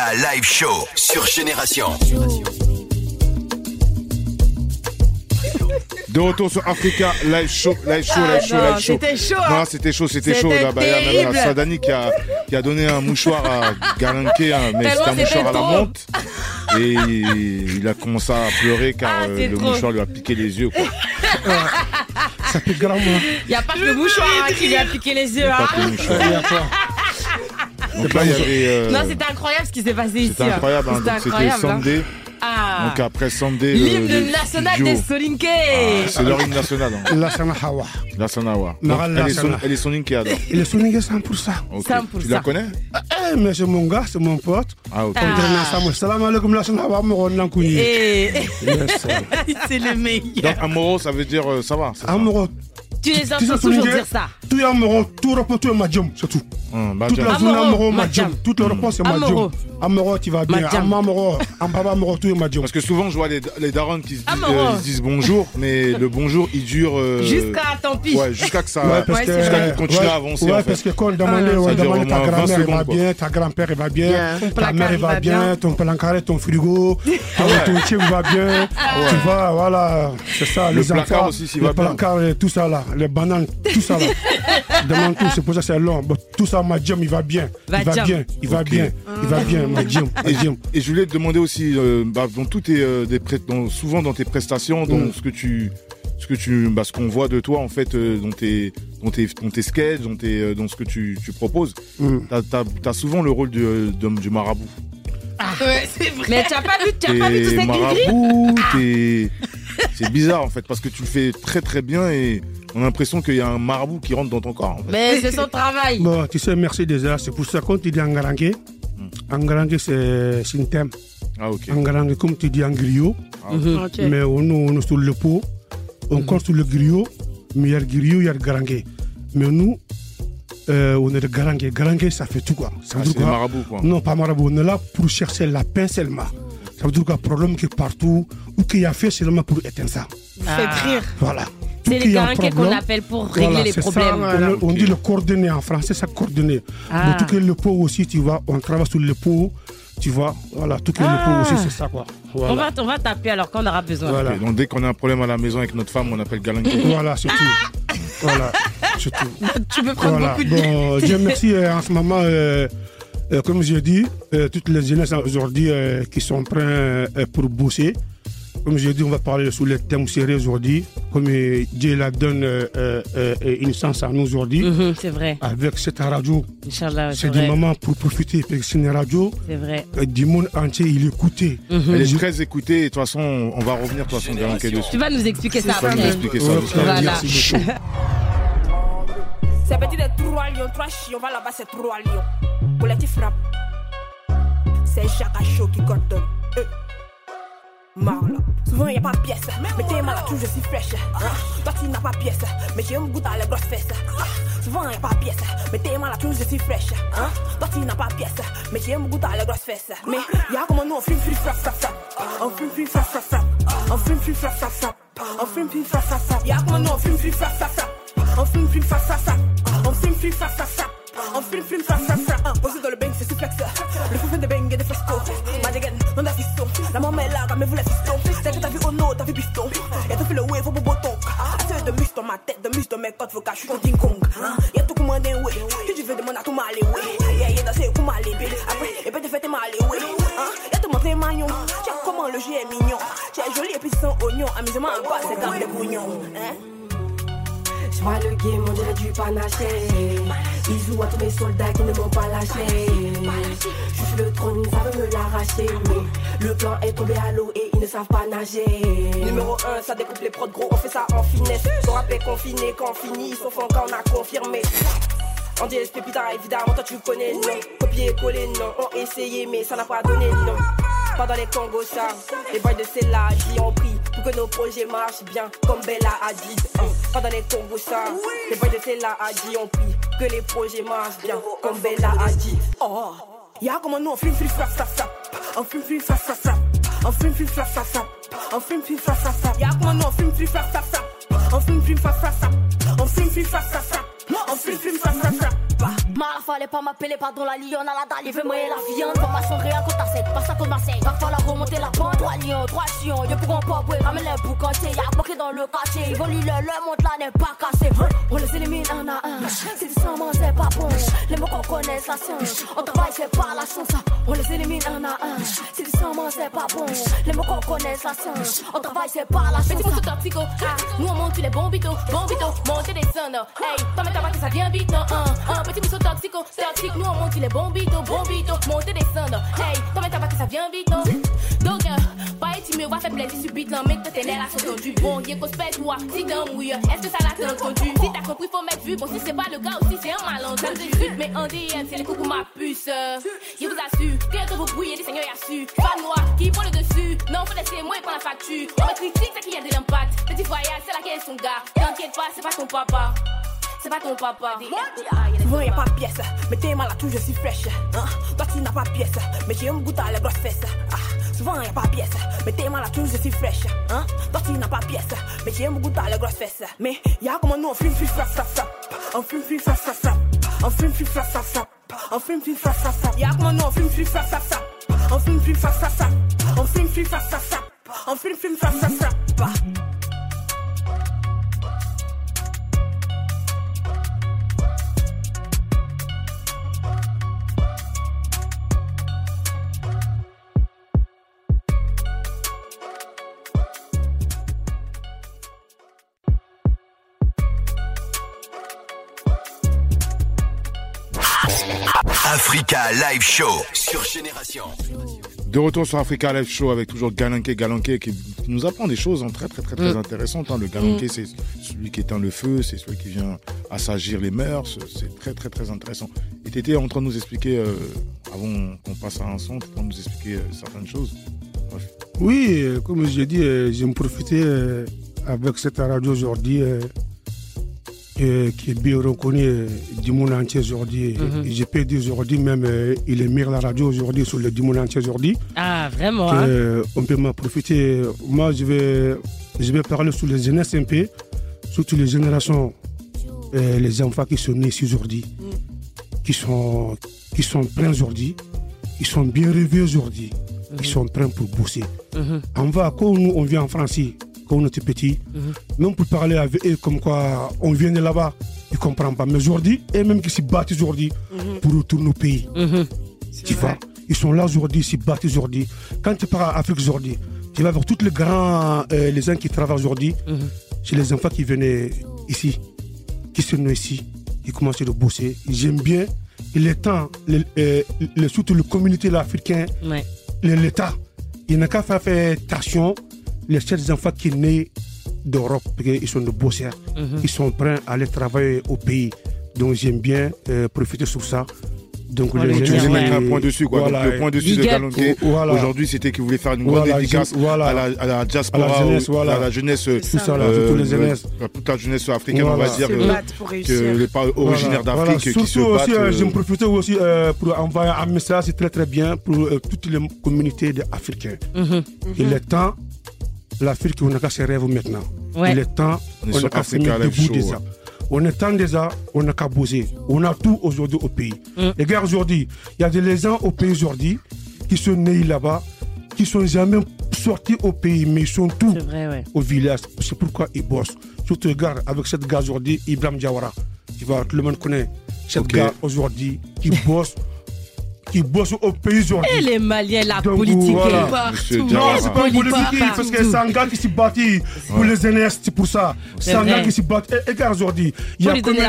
Africa Live Show sur Génération. De retour sur Africa Live Show, Live Show, Ah Live Show, non, Live Show. c'était chaud, hein. Non, c'était chaud, c'était chaud. C'était Là, bah, il y a même terrible. la Sadani qui a, qui a donné un mouchoir à Galanké, hein, mais Tellement c'était un c'était mouchoir à la trop. menthe. Et il a commencé à pleurer car Ah, euh, c'est le trop. mouchoir lui a piqué les yeux. Quoi. Ça fait grand, moi. Il n'y a pas que le mouchoir hein, qui lui a piqué les yeux. Pas Hein. que le mouchoir. Donc là, il y avait. euh, Non, c'était incroyable ce qui s'est passé ici. C'était incroyable. Hein. C'était Donc, C'était incroyable. hein. Sunday. Ah. Donc après Sunday. L'hymne le- le national duo. des Solinké. Ah, c'est leur hymne national. Hein. La Sanahawa. La Sanawa. Donc, Maral elle, est Lassana. son, elle est Soninké alors. Il est Soninké cent pour cent. Ok. cent pour Tu la cent. connais? Eh, mais c'est mon gars, c'est mon pote. Ah, ok. On traîne ensemble. Salam alaikum, la Sanahawa, mon Nankouni. Et Yes. c'est le meilleur. Donc Amoro, ça veut dire euh, ça va. c'est ça Amoro. Tu les Tu sais entends toujours Soninké, dire ça. tout est Amoro, tout repos, tout est Madjom, c'est tout. Hum, bah, Toute tiens. la journée Amoro, Amoro, Madjam. Madjam. Toute le repos, c'est Amoro. Madjom. Amoro, tu vas bien. Madjam. Amoro, Ambaba Amoro, tout est Madjom. Parce que souvent je vois les, les darons qui se disent, Amoro. euh, ils se disent bonjour, mais le bonjour il dure. euh, Jusqu'à tant pis. Ouais, jusqu'à que ça. Ouais, parce Ouais, que, c'est jusqu'à vrai. qu'il continue ouais, à avancer. ouais, en fait. parce que quand on demandait, Ah, on ça dure demandait au ta moins vingt grand-mère elle va secondes, quoi. bien, ta grand-père elle va bien, Bien. Ton ta placard, mère elle il va va bien, bien. ton placard, ton frigo, ton ton chien va bien, tu vois, voilà, c'est ça, Le les placard enfants, aussi, s'il le va bien. placard, euh, tout ça là, les bananes, tout ça là, demande tout, c'est pour ça que c'est long, Bon, tout ça, ma Diom, il va bien, il va Madjam. bien, il va Ok. bien, il va bien, ma Diom, ma Et, Diom. et je voulais te demander aussi, euh, bah, dans tout tes, euh, des pré- dans- souvent dans tes prestations, dans Mm. ce que tu, ce que tu, bah, ce qu'on voit de toi en fait, euh, dans tes, dans tes, dans tes sketchs, dans tes, euh, dans ce que tu, tu proposes, Mm. t'as, t'as, t'as souvent le rôle de, de- du marabout. Ouais, c'est vrai. Mais tu n'as pas vu, tu as pas vu tous T'es ces gris-gris marabout, t'es, c'est bizarre en fait parce que tu le fais très très bien et on a l'impression qu'il y a un marabout qui rentre dans ton corps. En fait. Mais c'est son travail. Bon, tu sais, merci déjà, c'est pour ça, quand tu dis Angarangue, Angarangue c'est c'est un thème, Ah ok. Angarangue comme tu dis en griot, Ah, ok. Mhm. Ok. mais on, on est sur le pot, on compte sur le griot, mais il y a le griot, il y a le garangué. Mais nous, euh, on est le garangué. Garangué, ça fait tout quoi. Ça Ah, veut dire c'est des quoi marabouts quoi. Non, pas marabout. On est là pour chercher la paix seulement. Ça veut dire qu'il y a un problème qui est partout ou qu'il y a fait seulement pour éteindre ça. Faites rire. Voilà. C'est Tout les qu'il y a un garanquets qu'on problème, appelle pour régler voilà, les c'est ça, problèmes. on, on dit le coordonné en français, ça coordonné. Ah. Donc, tout que le pot aussi, tu vois, on travaille sur le pot, tu vois, voilà, tout que Ah. le pot aussi, c'est ça quoi. Voilà. On, va, on va taper alors quand on aura besoin. Voilà. Ok, donc dès qu'on a un problème à la maison avec notre femme, on appelle Galangué. Voilà, c'est tout. Voilà, c'est tout. Tu peux prendre Voilà. beaucoup de Bon, Dieu merci, euh, en ce moment, euh, euh, comme j'ai dit, euh, toutes les jeunesses aujourd'hui euh, qui sont prêts euh, pour bosser. Comme j'ai dit, on va parler sur les thèmes sérieux aujourd'hui. Comme euh, Dieu la donne euh, euh, euh, une chance à nous aujourd'hui. Mhm, c'est vrai. Avec cette radio, Inch'Allah, c'est c'est du vrai. moment pour profiter. Parce que c'est une radio C'est vrai. euh, du monde entier, il écoutait. Mhm. Elle est très écoutée et de toute façon, on va revenir de toute façon Galangué dessus. Tu vas nous expliquer ça Tu vas nous après. expliquer ça. Ouais, juste après. Voilà. Merci beaucoup. C'est petit des trois lions, trois chiens, va là-bas, c'est trois lions. Collectif frappe. C'est Jacques Chaud qui coordonne. Euh. Marla. Souvent y'a pas de pièce, mais t'es mal à tout, je suis fraîche. Hein? Toi tu n'as pas de pièce, mais j'ai un goût dans les grosses fesses. Hein? Souvent y'a pas de pièce, mais t'es mal à tout, je suis fraîche. Hein? Toi tu n'as pas de pièce, mais j'ai un goût dans les grosses fesses. Mais y'a comme nous on fume, fume, frappe, frappe, frappe. On fume, fume, frappe, frappe, frappe. On fume, fume, frappe, frappe, frappe. On fume, fume, frappe, frappe, frappe. Y'a comme nous on fume, fume, frappe, frappe, frappe. On fume, fume, frappe, frappe, frappe. On fume, fume, frappe, frappe, frappe. On fume, fume, frappe, frappe, frappe. Posé dans le bang, c'est suplex. Le fou fait des bangs et des frescos. Madigan, non la fiston. La maman est là, ramez-vous la fiston. C'est que t'as vu au no, t'as vu piston. Y'a tout fait le wave au bobo ton. Assez de muscle dans ma tête, de muscle dans mes côtes vocales. J'suis ton King Kong. Y'a tout comment d'un way. Que tu veux demander à tout m'aller, ouais. Y'a y'a dansé comment aller, baby. Après, et puis tu fais tes m'aller, ouais. Y'a tout montré magnon. Tiens comment le jeu est mignon. Tiens joli et puis sans oignon. Amusement en bas, c'est comme des bouillons. Hein? J'vois le game, on dirait du panaché. Bisous à tous mes soldats qui ne m'ont pas lâché. Je suis le trône, ça veut me l'arracher. Mais le plan est tombé à l'eau et ils ne savent pas nager. Numéro un, ça découpe les prods gros, on fait ça en finesse. Ton rap est confiné quand on finit, sauf quand on a confirmé. On dit S P putain, évidemment toi tu connais, non. Copier coller, non. On essayé mais ça n'a pas donné, non. Pas dans les Congos, ça. Les boys de Cella, j'y ont pris pour que nos projets marchent bien, comme Bella a dit. Hein. Pas dans les Congos, ça. Les boys de Cella, j'y ont pris que les projets marchent bien, comme Bella a dit. Oh, y'a comment nous on fume, fume, frappe, frappe, frappe. On fume, fume, frappe, frappe, frappe. On fume, fume, frappe, frappe, frappe. On fume, fume, frappe, frappe, frappe. Y'a comment nous on fume, fume, frappe, frappe, frappe. On fume, fume, frappe, frappe, frappe. On fume, fume, frappe, frappe, frappe. On fume, fume, frappe, frappe, frappe. Mal fallait pas m'appeler, pardon la lion à la dalle, il veut moyer la viande. Formation réelle contre ta sec, pas ça contre Marseille. Va falloir remonter la pente, trois lions, trois chions. Y'a pourront pas bouer, ramène les boucantiers. Y'a bloqué dans le quartier, ils volent le, le monte là n'est pas cassé. On les élimine un à un, c'est du sang, c'est pas bon. Les mots qu'on connaisse la science, on travaille c'est pas la chance. On les élimine un à un, c'est du sang, c'est pas bon. Les mots qu'on connaisse la science, on travaille c'est pas la chance. Petit coup sur toxico, nous on monte les bons bitos, bons bitos, monter des sons. Hey, toi mais t'as pas que ça vient vite, non, un, un petit coup sur toxico, toxique, nous on monte les bons bitos, bons bitos, monter des sons. Hey, toi mais t'as pas que ça vient vite, non. Donc, pas être timide, va faire plaisir subite, non, mais t'es là, la sauce du bon, y'a qu'on se pète, toi, si t'es un mouilleur, est-ce que ça l'a entendu? Si t'as compris, faut mettre vu, bon, si c'est pas le cas aussi, c'est un malentendu. Mais en D M, c'est les coups pour ma puce. Je vous assure, que vous brouillez, les seigneurs y a su. Pas noir, qui prend le dessus. Non, faut laisser moi et prendre la facture. On me critique, c'est qu'il y a de l'impact. Petit voyage, c'est laquelle son gars. T'inquiète pas, c'est pas ton papa. C'est pas ton papa. Souvent y'a pas de pièce, mais t'es mal à tout, je suis fraîche. Hein? Toi tu n'as pas de pièce, mais j'ai un goût à les grosses fesses. Ah. Souvent y'a pas de pièce, mais t'es mal à tout, je suis fraîche. Hein? Toi tu n'as pas de pièce, mais j'ai un goût à les grosses fesses. Mais y'a comme nous on fume, fume, frappe, frappe, frappe. On fume, fume, frappe, frappe, frappe. On fume, fume, frappe, frappe, frappe. On fume, fume, frappe, frappe, frappe. Y'a comme nous on fume, fume, frappe, frappe, frappe. On fume, fume, frappe, frappe, frappe. On fume, fume, frappe, frappe, frappe. On fume, fume, frappe, frappe, frappe. Africa Live Show sur Génération. De retour sur Africa Live Show avec toujours Galanké, Galanké qui nous apprend des choses hein, très très très très mmh. intéressantes. Hein. Le Galanké, mmh. c'est celui qui éteint le feu, c'est celui qui vient assagir les mœurs. C'est très très très intéressant. Et tu étais en train de nous expliquer, euh, avant qu'on passe à un son, tu étais en train de nous expliquer euh, certaines choses. Bref. Oui, euh, comme je l'ai dit, euh, j'ai profité euh, avec cette radio aujourd'hui. Euh, Euh, qui est bien reconnu euh, du monde entier aujourd'hui. Mm-hmm. Je peux dire aujourd'hui même, euh, il est mis la radio aujourd'hui sur le du monde entier aujourd'hui. Ah, vraiment euh, hein? On peut m'en profiter. Moi, je vais, je vais parler sur les jeunesses un peu, sur toutes les générations, euh, les enfants qui sont nés ici aujourd'hui, mm. qui, sont, qui sont prêts aujourd'hui, qui sont bien rêvés aujourd'hui, mm-hmm. qui sont prêts pour bosser. Mm-hmm. On va, quand nous, on vient en France, quand on était petit, mm-hmm. même pour parler avec eux comme quoi on vient de là-bas, ils ne comprennent pas. Mais aujourd'hui, eux même qui se battent aujourd'hui mm-hmm. pour retourner au pays. Mm-hmm. Tu vois, ils sont là aujourd'hui, ils se battent aujourd'hui. Quand tu pars en Afrique aujourd'hui, tu vas voir tous les grands, euh, les gens qui travaillent aujourd'hui, mm-hmm. c'est les enfants qui venaient ici, qui sont nés ici, qui commencent à bosser. J'aime bien, il est temps, le, euh, le, surtout la communauté africaine, ouais. l'État, il n'a qu'à faire, faire attention. Les chers enfants qui sont nés d'Europe, ils sont de bosseurs, mm-hmm. ils sont prêts à aller travailler au pays. Donc j'aime bien euh, profiter sur ça. Donc, voilà, les tu voulais mettre un point dessus, quoi. Voilà, donc, le point dessus de Galanké, voilà. Aujourd'hui, c'était qu'il voulait faire une grande voilà, dédicace voilà. à, la, à la diaspora, à la jeunesse, au, voilà. à la jeunesse, tout ça, là, euh, la jeunesse. toute la jeunesse africaine, voilà. on va dire, euh, que les pas originaires voilà. d'Afrique voilà. qui se battent. Aussi, euh, je me profite aussi euh, pour envoyer un message très très bien pour euh, toutes les communautés africaines. Mm-hmm. Il est temps, l'Afrique, on a qu'à se rêver maintenant. Ouais. Il est temps, on a qu'à se mettre debout déjà. On est temps déjà, on n'a qu'à bosser. On a tout aujourd'hui au pays. Mm. Les gars, aujourd'hui, il y a des gens au pays aujourd'hui qui sont nés là-bas, qui sont jamais sortis au pays, mais ils sont tous vrai, ouais. au village. C'est pourquoi ils bossent. Surtout, regarde, avec cette gars aujourd'hui, Ibrahim Diawara. Tu vois, tout le monde connaît cette okay. gars aujourd'hui qui bosse. qui bossent au pays aujourd'hui. Et les Maliens, la donc, politique voilà. est partout. Non, c'est pas politique, parce que c'est un gars qui s'est battu pour les N S, c'est pour ça. C'est un gars qui s'est battu. Et regarde aujourd'hui, il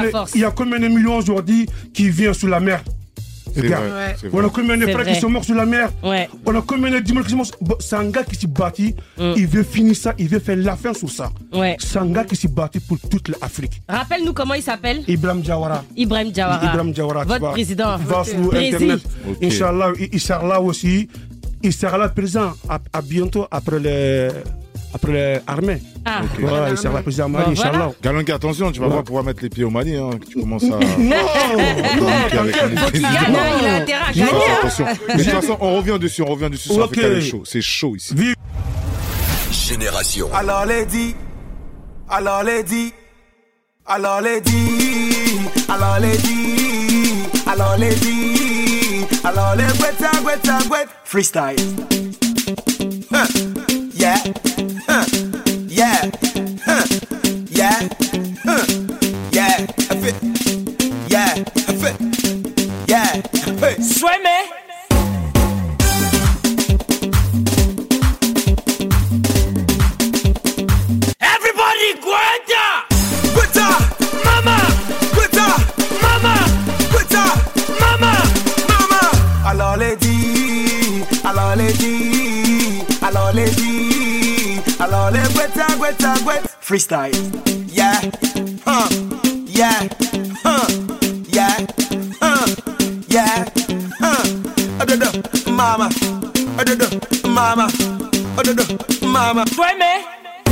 y a combien de millions aujourd'hui qui viennent sur la mer. C'est vrai, c'est on a combien de frères qui sont morts sur la mer. Ouais. On a combien de dimanches qui sont morts. C'est un gars qui s'est battu. Mm. Il veut finir ça. Il veut faire la fin sur ça. Ouais. C'est un gars qui s'est battu pour toute l'Afrique. Rappelle-nous comment il s'appelle. Ibrahim Diawara. Ibrahim Diawara. Ibrahim Diawara. Votre président. Va sur Brésil. Internet. Okay. Inch'Allah, il sera là aussi. Il sera là présent à, à bientôt après les. Après l'armée. Ah, okay. Voilà, il sera président Mali, bon, Inch'Allah. Voilà. Galanké, attention, tu vas ouais. pas pouvoir mettre les pieds au Mali, hein, que tu commences à. Non, il a intérêt à gagner. Attention. Mais de toute façon, on revient dessus, on revient dessus sur okay. Africa Live Show. C'est chaud ici. Vive. Génération. Alors les dit, alors les dit, alors les dit. alors les dit, alors les dit, alors les guetta, guetta, guetta, freestyle. Huh. Yeah, huh. Yeah, huh. Yeah, huh. Yeah, I fit. Yeah, I fit. Yeah, I fit. Swim it. Everybody, guetta, guetta, mama, guetta, mama, guetta, mama, mama. Alors les dit, alors les dit, alors les dit, alors les guetta, guetta, guetta, freestyle. Yeah, huh, yeah, huh, yeah, huh, yeah, huh. Adodo, mama, adodo, mama, adodo, mama. Swim it.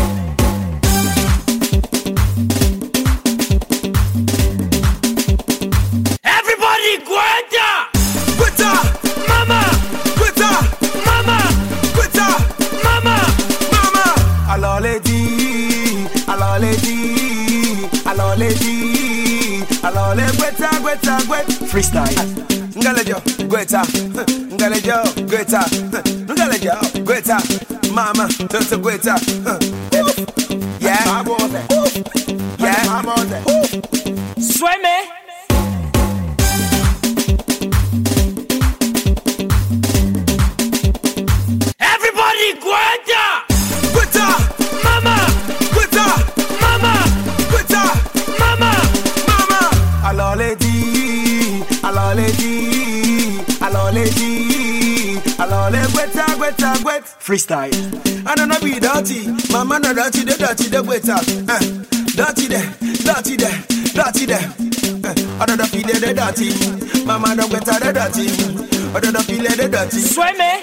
Everybody, guetta, guetta, mama, guetta, mama, guetta, mama, mama. Alors les dit, alors les dit, alors les dit, alors les guetta, guetta, guetta, freestyle. Ngalejo, guetta, ngalejo, guetta, ngalejo, guetta, mama, just a guetta. Yeah, yeah, swim it. Everybody, guetta, guetta, mama, guetta, mama, guetta, mama, mama. Alors les dit, alors les dit, alors les dit, alors les guetta, guetta, guetta, freestyle. I don't know be dirty, mama no dirty, the dirty, the guetta, uh, dirty there, dirty there, dirty there. Uh, I don't know feel the dirty, mama no guetta, the dirty, I don't know feel the dirty. Swim it.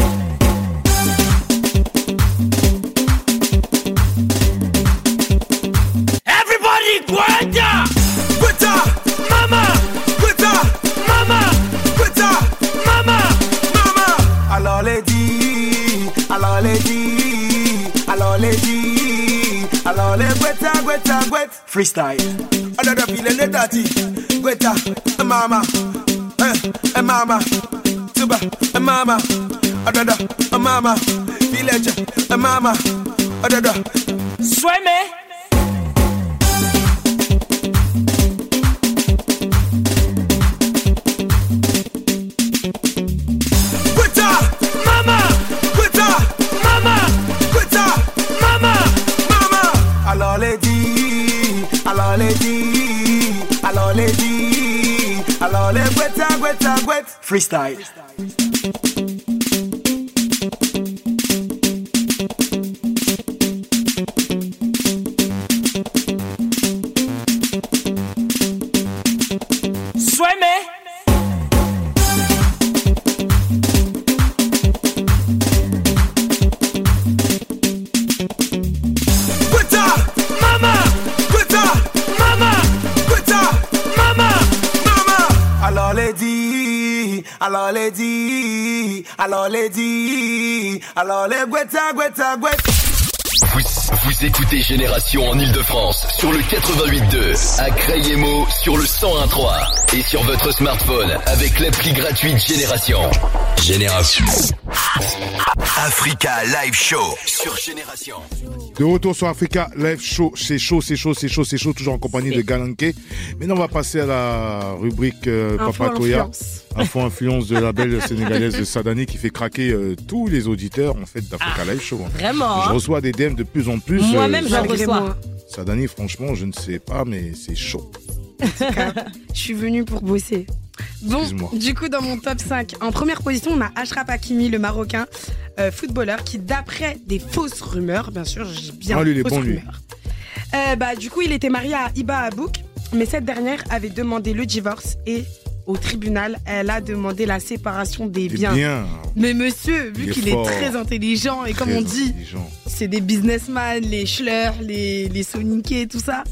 Guetta, guetta, mama, guetta, mama, guetta, mama, mama. Alors les dit, alors les dit, alors les dit, alors les guetta, guetta, guetta, freestyle. Another feeling the dirty, guetta, mama, eh, mama, tuba, mama, another, mama, village, mama, another, swim it. Alors les dit, alors les dit, alors les dit, alors les guetta, guetta, guetta, freestyle. Swim it. Alors les dit, alors les dit, alors les dit, alors les guetta, guetta, guetta. Vous, vous écoutez Génération en Ile-de-France sur le quatre-vingt-huit deux, à Crayemo sur le cent un trois et sur votre smartphone avec l'appli gratuite Génération. Génération. Africa Live Show sur Génération. De retour sur Africa Live Show, c'est chaud, c'est chaud, c'est chaud, c'est chaud, toujours en compagnie de Galanké. Maintenant, on va passer à la rubrique euh, Papa Toya. Info influence de la belle sénégalaise de Sadani qui fait craquer euh, tous les auditeurs en fait d'Africa ah, Live Show. Vraiment. Je reçois des D M de plus en plus. Moi-même, euh, j'en reçois. Sadani, franchement, je ne sais pas, mais c'est chaud. En tout cas, je suis venue pour bosser. Bon, du coup, dans mon top cinq, en première position, on a Achraf Hakimi, le Marocain euh, footballeur, qui, d'après des fausses rumeurs, bien sûr, j'ai bien ah, lui, fausses bon, rumeurs. Euh, bah, du coup, il était marié à Iba Abouk, mais cette dernière avait demandé le divorce et au tribunal, elle a demandé la séparation des, des biens. biens. Mais monsieur, vu il qu'il est, est très intelligent et très comme on dit, c'est des businessmen, les Schleur, les, les Soniké, tout ça.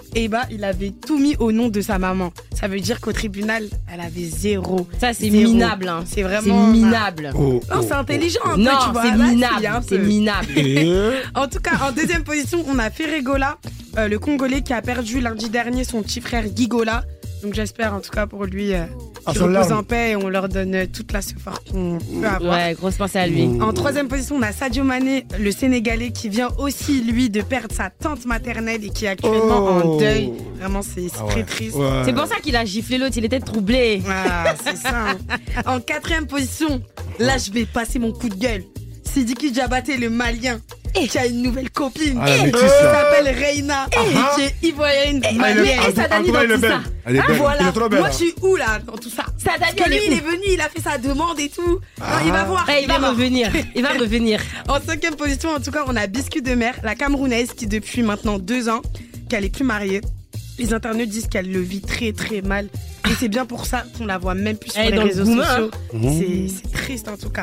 Et bah, il avait tout mis au nom de sa maman. Ça veut dire qu'au tribunal, elle avait zéro. Ça, c'est Zéro. minable. Hein. C'est vraiment. C'est minable. Oh, non, c'est intelligent un peu, non, tu vois. c'est Là, minable. il y a un C'est peu. minable. En tout cas, en deuxième position, on a Ferregola, euh, le Congolais qui a perdu lundi dernier son petit frère Gigola. Donc j'espère en tout cas pour lui euh, Ah, qu'il son repose larme. en paix et on leur donne euh, toute la support qu'on peut avoir. Ouais, grosse pensée à lui. En troisième position, on a Sadio Mané, le Sénégalais, qui vient aussi, lui, de perdre sa tante maternelle et qui est actuellement Oh. en deuil. Vraiment, c'est c'est Ah ouais. très triste. Ouais. C'est pour ça qu'il a giflé l'autre, il était troublé. Ah, c'est ça. hein. En quatrième position, là, je vais passer mon coup de gueule. Sidiki Diabaté, le Malien, qui a une nouvelle copine. Ah, la qui métisse, là. s'appelle Reina, Ah. qui est ivoirienne. Ah, il est- malienne. en tout- en tout cas, il est belle. Elle est Ah, belle. voilà. Il est trop belle, Moi, hein. je suis où là dans tout ça? Sa Parce Dani, que elle lui, est il où est venu, il a fait sa demande et tout. Non, il va voir. Ouais, il va est mort. revenir. Il va revenir. En cinquième position, en tout cas, on a Biscuit de Mer, la Camerounaise, qui depuis maintenant deux ans, qu'elle est plus mariée. Les internautes disent qu'elle le vit très très mal. Et c'est bien pour ça qu'on la voit même plus sur Elle est les dans le réseaux gourmand, sociaux. hein. C'est c'est triste en tout cas.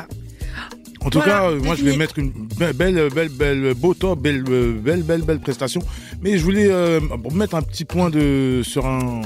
En tout Voilà, cas, euh, moi je vais fini. mettre une be- belle, belle, belle, beau top, belle, euh, belle, belle, belle prestation. Mais je voulais euh, mettre un petit point de sur un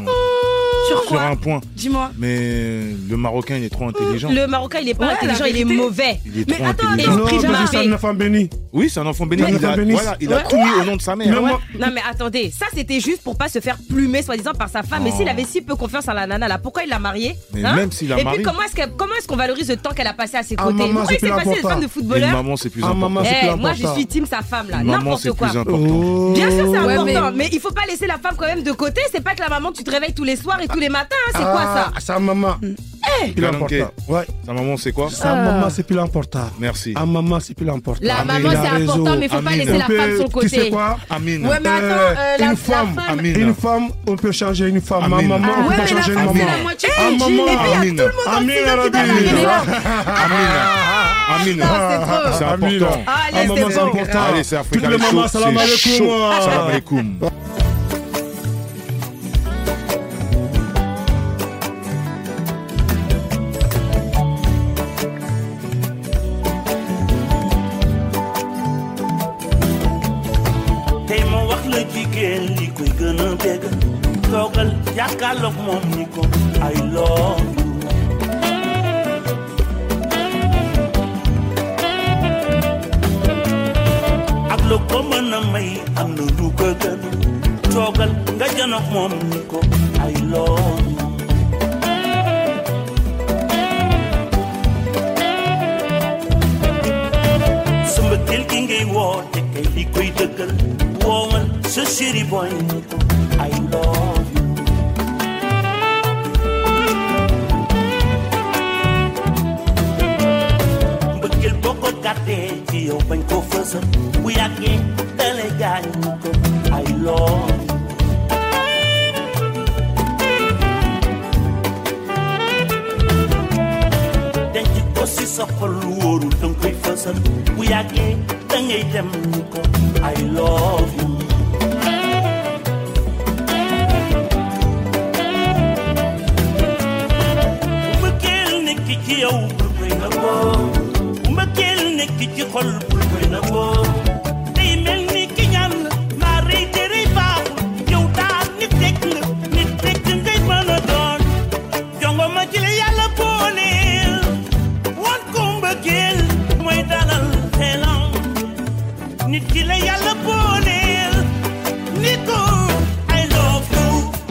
Sur quoi un point. Dis-moi. Mais le Marocain il est trop intelligent. Le Marocain, il est pas Ouais, intelligent, la il est vérité. mauvais. Il est Mais trop attends, intelligent. Non, Esprit parce que Jamal. c'est un enfant béni. Oui, c'est un enfant béni. Un Il enfant a, béni. voilà, il a Ouais. tout mis au nom de sa mère. Mais hein. moi- Non mais attendez, ça c'était juste pour pas se faire plumer soi-disant par sa femme. Mais Oh. s'il avait si peu confiance en la nana là, pourquoi il l'a mariée? Mais Hein? même s'il l'a Et mariée. puis comment est-ce que comment est-ce qu'on valorise le temps qu'elle a passé à ses Ah, côtés? maman, Pourquoi c'est il s'est plus passé une important. femme de Et footballeur? maman c'est plus Ah, important. maman, c'est Eh, plus moi je important. suis team sa femme là, Maman n'importe c'est quoi. plus important. Oh. Bien sûr c'est Ouais, important, mais- mais... il faut pas laisser la femme quand même de côté. C'est pas que la maman tu te réveilles tous les soirs et tous les matins. Hein. C'est quoi ça? Ah, sa maman. Eh, Plus Galanquet. important. Ouais. Sa maman c'est quoi? Sa maman, c'est plus important. Merci. Ah, maman, c'est plus important. La Amine. maman Il a c'est raison. important, mais il faut pas Amine. laisser On la peut- femme de son côté. Tu sais quoi? Amine. Ouais mais attends, Euh, euh, la, une la femme, femme. Amine. Une femme, on peut changer une femme. Ma Amine. maman, Ah on peut ouais, pas mais la changer une femme, maman. c'est la moitié Ah, d'une maman, jean. Et puis, il y a Amine. tout le monde en Amine, Occident qui Arabi. donne la Amine. Ah, Amine. non, c'est trop. C'est Amine. important. Ah, Ah, laisse maman, les c'est gens. important. Allez, c'est Africa Toutes les les mamans, shows, salam c'est alaikum. chaud. moi. Salam alaikum. tey ma wax la jigéen li koy gën a bégg toogal jàkkaarloog moom ni ko I love you. ak lu ko mën a may am na lu ko gën toogal nga janoog moom ni ko I love you. sa mbëggeel gi ngay woote kay li koy dëggal woowal sa chéri boy ni ko I love you. mbëggeel boo ko gàttee ci yow bañ ko fësal bu yàggee dalay gaañ ni ko I love you. denc ko si sa xol lu wóorul danga koy fësal bu yàggee dangay dem ni ko I love you. bu mbëggeel nekk ci yow bul koy nangoo bu mbëggeel nekk ci xol bul koy nangoo day mel ni ki ñaan la maa rëy te rëy baaxul yow daal nit rek nga nit rek ngay mën a doon jongo ma ci la yàlla booleel wan ko mbëggeel mooy dalal xelam nit ki la yàlla booleel ni ko I love you.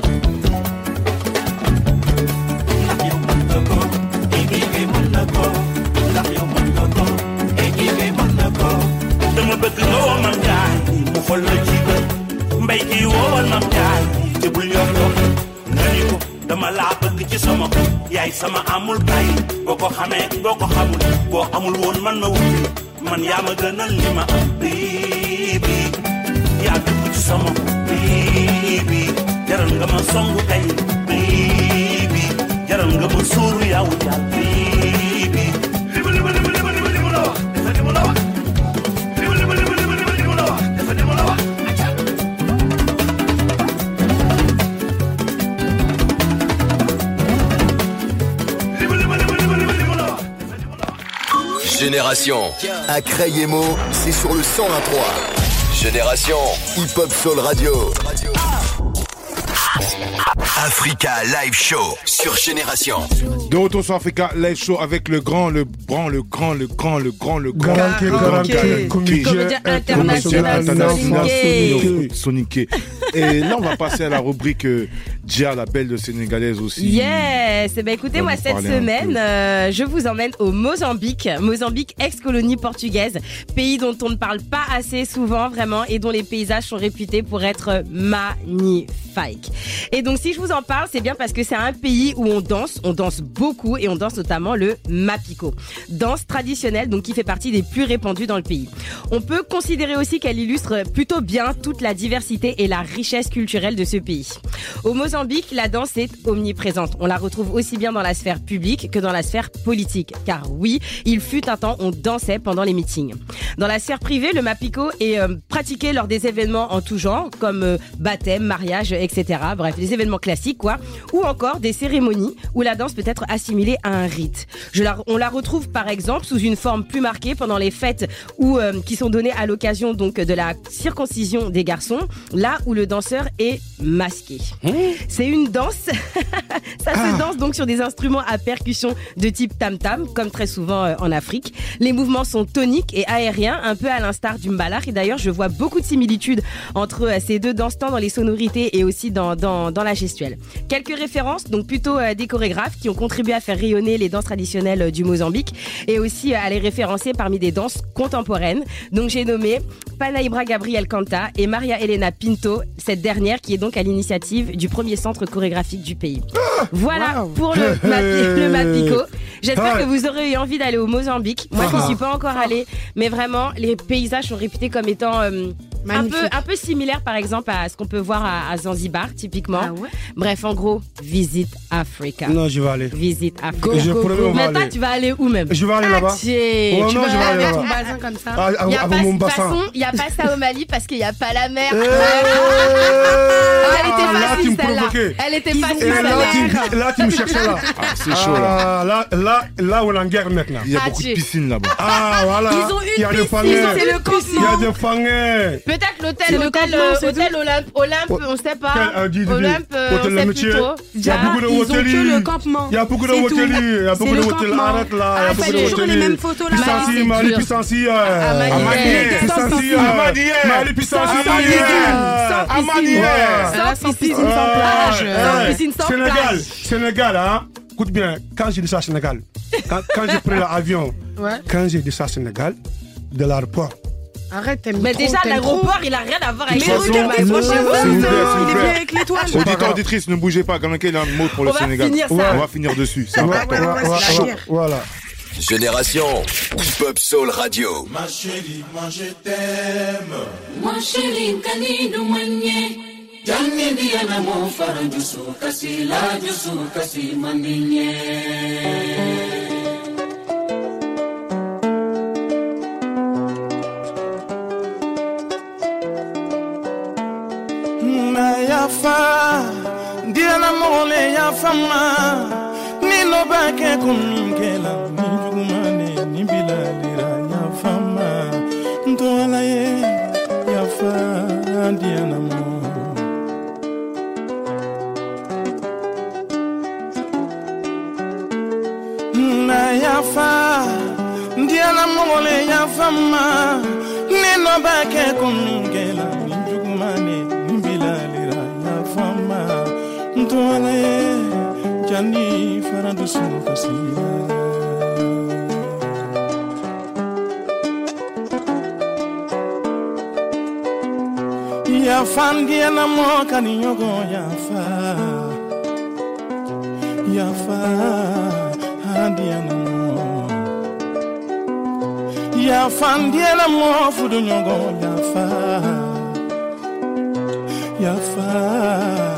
ndax yow mën nga ko équipe mën na ko ndax yow mën nga ko équipe mën na ko dama bëgg nga woo mam jaay mu xool la ci bët mbay ji woowal mam jaay te bul yor dox nga ni ko dama laa bëgg ci sama yaay sama amul bay boo ko xamee boo ko xamul boo amul woon man ma wuti man yaa ma gënal li ma am bibi yaa dugg ci sama bibi jaral nga ma songu tey bibi jaral nga ma suuru yaa wu jaal bibi limu limu limu limu limu limu la wax dafa limu la wax limu limu limu limu limu limu la wax dafa limu la wax Génération à Crayemo, c'est sur le cent un trois. Génération Hip Hop Soul Radio. Africa Live Show sur Génération. De retour sur Africa Live Show avec le grand, le grand, le grand, le grand, le grand, le grand. Garanké, Garanké, comédien international Soniké. Et là, on va passer à la rubrique euh, Dja, la belle de sénégalaise aussi. Yes. Eh ben, écoutez, moi, cette semaine, euh, je vous emmène au Mozambique. Mozambique, ex-colonie portugaise. Pays dont on ne parle pas assez souvent, vraiment, et dont les paysages sont réputés pour être magnifiques. Et donc, si je vous en parle, c'est bien parce que c'est un pays où on danse. On danse beaucoup et on danse notamment le mapico. Danse traditionnelle, donc qui fait partie des plus répandues dans le pays. On peut considérer aussi qu'elle illustre plutôt bien toute la diversité et la richesse culturelle de ce pays. Au Mozambique, la danse est omniprésente. On la retrouve aussi bien dans la sphère publique que dans la sphère politique. Car oui, il fut un temps où on dansait pendant les meetings. Dans la sphère privée, le mapico est euh, pratiqué lors des événements en tout genre, comme euh, baptême, mariage, et cetera. Bref, des événements classiques, quoi. Ou encore des cérémonies où la danse peut être assimilée à un rite. Je la, on la retrouve par exemple sous une forme plus marquée pendant les fêtes où, euh, qui sont données à l'occasion donc de la circoncision des garçons, là où le danseur est masqué. Mmh. C'est une danse, ça ah. se danse donc sur des instruments à percussion de type tam-tam, comme très souvent euh, en Afrique. Les mouvements sont toniques et aériens, un peu à l'instar du mbalak. Et d'ailleurs, je vois beaucoup de similitudes entre euh, ces deux danses, tant dans les sonorités et aussi dans, dans, dans la gestuelle. Quelques références, donc plutôt euh, des chorégraphes qui ont contribué à faire rayonner les danses traditionnelles euh, du Mozambique et aussi euh, à les référencer parmi des danses contemporaines. Donc j'ai nommé Panaïbra Gabriel Canta et Maria Elena Pinto, cette dernière qui est donc à l'initiative du premier centre chorégraphique du pays. Voilà wow. pour le, mapi, le Mapico. J'espère que vous aurez eu envie d'aller au Mozambique. Moi, je ne suis pas encore allée, mais vraiment, les paysages sont réputés comme étant euh, un peu, un peu similaires, par exemple, à ce qu'on peut voir à, à Zanzibar, typiquement. Ah ouais. Bref, en gros, visite Africa. Non, je vais aller. Visite Africa. Go, go, go. Maintenant, tu vas aller où même? Je vais aller là-bas. Oh, tu non, vas je vais aller avec là-bas. ton bassin comme ça. Ah, il y a avant pas, mon de toute bassin. façon, il n'y a pas ça au Mali parce qu'il n'y a pas la mer. Hey Elle était ah, facile, là, celle-là. Elle était facile, celle-là. Là, tu me cherchais là. Ah, c'est chaud là. Ah, là, là, là, on est en guerre maintenant. Il y a ah, beaucoup tu... de piscines là-bas. Ah, voilà. Ils ont une il y a piscine, des fangais. c'est le campement. Il y a des fangais. Peut-être l'hôtel, l'hôtel, l'hôtel Olympe, Olympe, on sait pas. Olympe, on sait plutôt. Il y a beaucoup de hôteliers. Ils ont que le campement. Il y a beaucoup de hôteliers. Il y a beaucoup de hôteliers. Arrête là. Il y a beaucoup de hôteliers. Les mêmes photos là. Pissenci, Mali, Pissenci. Pissenci, Mali, Pissenci. Sans piscine, sans plage. Sans piscine, sans plage. Sénégal, Sénégal, hein. Écoute bien, quand j'ai descendu à Sénégal, quand, quand j'ai pris l'avion, ouais. quand j'ai descendu à Sénégal, de l'aéroport. Arrête, t'aimes mais trop, déjà, l'aéroport, il a rien à voir avec le Sénégal. Mais regardez, il est bien avec l'étoile. Auditeur, auditrice, ne bougez pas. Quand il a un mot pour le Sénégal. On va finir dessus. C'est important. Voilà. Génération Hip-Hop Soul Radio. Ma chérie, moi je t'aime. Ma chérie, Kanido Manye. Janni Diana Mo Faranjusu Kasi La Jusu Kasi Maninye. Yafa, Diana Mole Yafama, Nilo Bake Kumingela, Nijumane, Nibilalira Yafama, Ntoalaye Yafa, Diana Mo. Na Yafa, Diana Mole Yafama, Nilo Bake Kumingela, Nijumane. Ntwale jani faradu sufasiya ya fandia na moka ni yogo ya fa ya fa handia na mo ya fandia na mo fudu yogo ya fa ya fa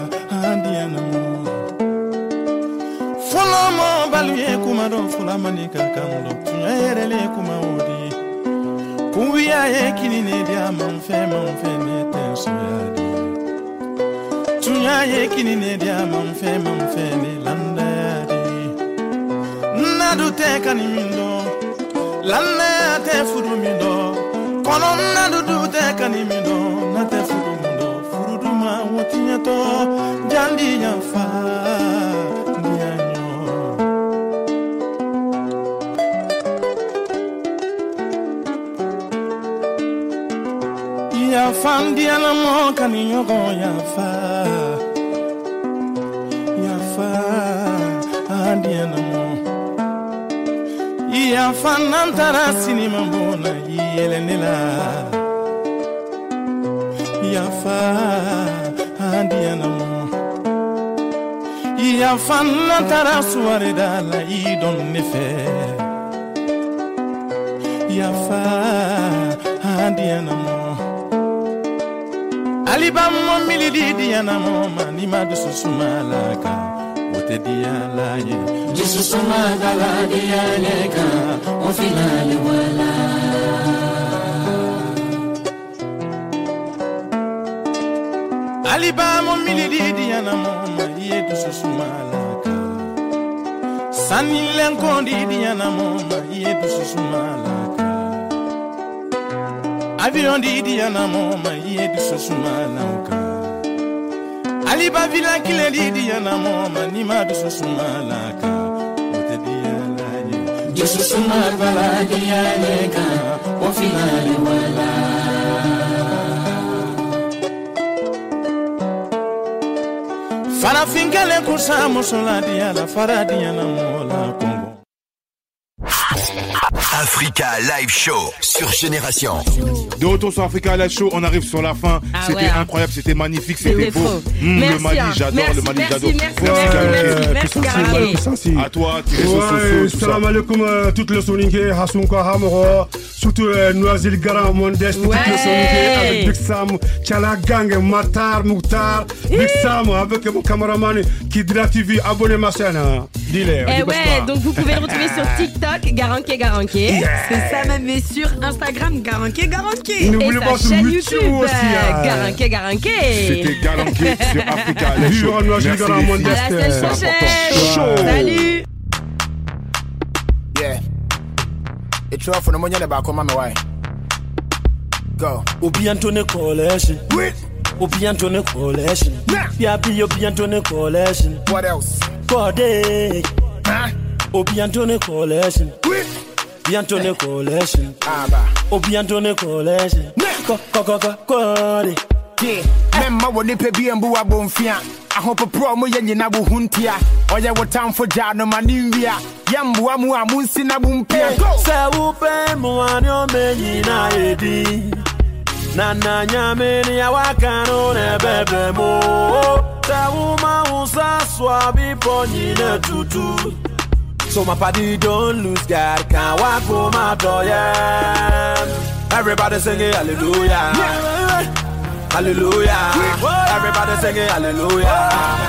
Fulamo baluye kumado fulamani kakamdo Tunyerele kuma odi Kuya yekini ne dia manfe manfe ne tenso yadi Tunya yekini ne dia manfe manfe ne landa yadi Nadu teka ni mindo Landa te fudu mindo Kono nadu du teka ni mindo Na te fudu mindo Furuduma wotinyato Jandi yafa Ya fan diana mo kanyo go ya fa. Ya fa diana mo. Ya fan nantara sinima bona yelenela. Ya fa diana mo. Ya fan nantara suare dala I don nefe. Ya fa diana mo. Aliba mo milidi diana mo manima de susumalaka ote diala ye de susumagala dialeka o finale wala Aliba mo milidi diana mo maye de susumalaka Sanile nkondi diana mo maye de susumalaka Avion di diana mo ma yedi sosuma nauka Aliba vila kile di diana mo ma ni ma de sosuma laka ote diala ye de sosuma bala diala ka o finale wala Fara finkale kursa mo sola diala fara diana mo la Congo Africa Live Show sur Génération. De retour sur Africa Live Show, on arrive sur la fin. Ah c'était ouais. incroyable, c'était magnifique, c'était beau. Mmh, le Mali, hein. j'adore merci, le Mali, merci, j'adore. Merci, merci, merci, merci, À toi, tes réseaux sociaux, tout ça. Salam alaikum, toutes les soninké, Hasunka Hamoro, surtout Noisy Garan Mondes, toutes les soninké, avec Big Sam, Tchala Gang, Matar, Mouktar, Big Sam, avec mon cameraman Kidra T V, abonnez ma chaîne. Dis-le. Eh ouais, donc vous pouvez le retrouver sur TikTok, Garanké Garanké. Yeah. C'est ça même, mais sur Instagram, Garanké Garanké. N'oubliez pas sur chaîne YouTube YouTube, aussi. euh, Garanké Garanké. C'était Garanké sur Africa Live Show. Merci les filles. À la semaine prochaine. Salut. Yeah. It's off for the money about come on my way. Go. Obi Antone Coalition. Wait. Obi Antone Coalition. Yeah, be Obi Antone Coalition. What else? Code. Huh? Obi Antone Coalition. Wait. Obi Antone Coalition. Aba. Obi Antone Coalition. Ko ko ko ko Code. Yeah. Memma woni pe bi embu abonfia. Ahopo pro mo yenye na bu huntia. Oye wo time for jano manimvia. Yambu amu amunsi na bumpia. Se upe mo anyo menyi na edi. Na na nyameni ya wakano ne bebe mo. Se uma usa swabi ponyi ne tutu. So my party don't lose God, can't walk home my door, yeah. Everybody singing hallelujah, hallelujah. Everybody singing hallelujah,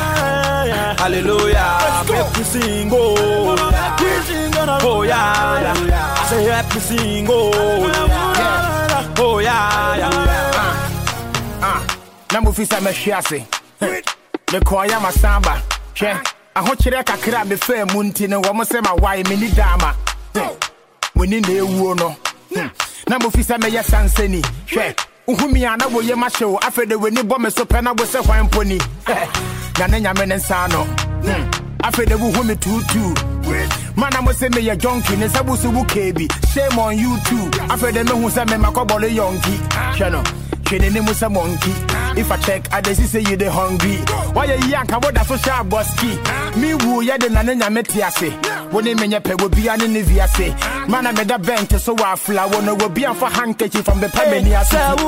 hallelujah. Make me sing, oh, oh yeah, yeah. I say happy sing, oh, yeah, oh yeah, yeah. Ah, namu fisa me shiase. Me koya masamba, che. I want you to crack the fair muntin and one say my wife mini dama. When in the no. Number fisa me yes and seni. She Uhumiana will ye my show after the winning bomb so pen was a fine pony. Yananya men and sano. After the woman too too. Man, I must say me a junkie, and Sabusu Kabi. Shame on you too. After the man who said me my cobble a yonky. Channel. She the name was a monkey. If I check, I just say you the hungry. Why you yank about that social bosky? Me woo ya the nana metiase. When they mean pe will be an Nivia say. Man, I made a bench so I fly. One will be on for handkerchief from the Pamania.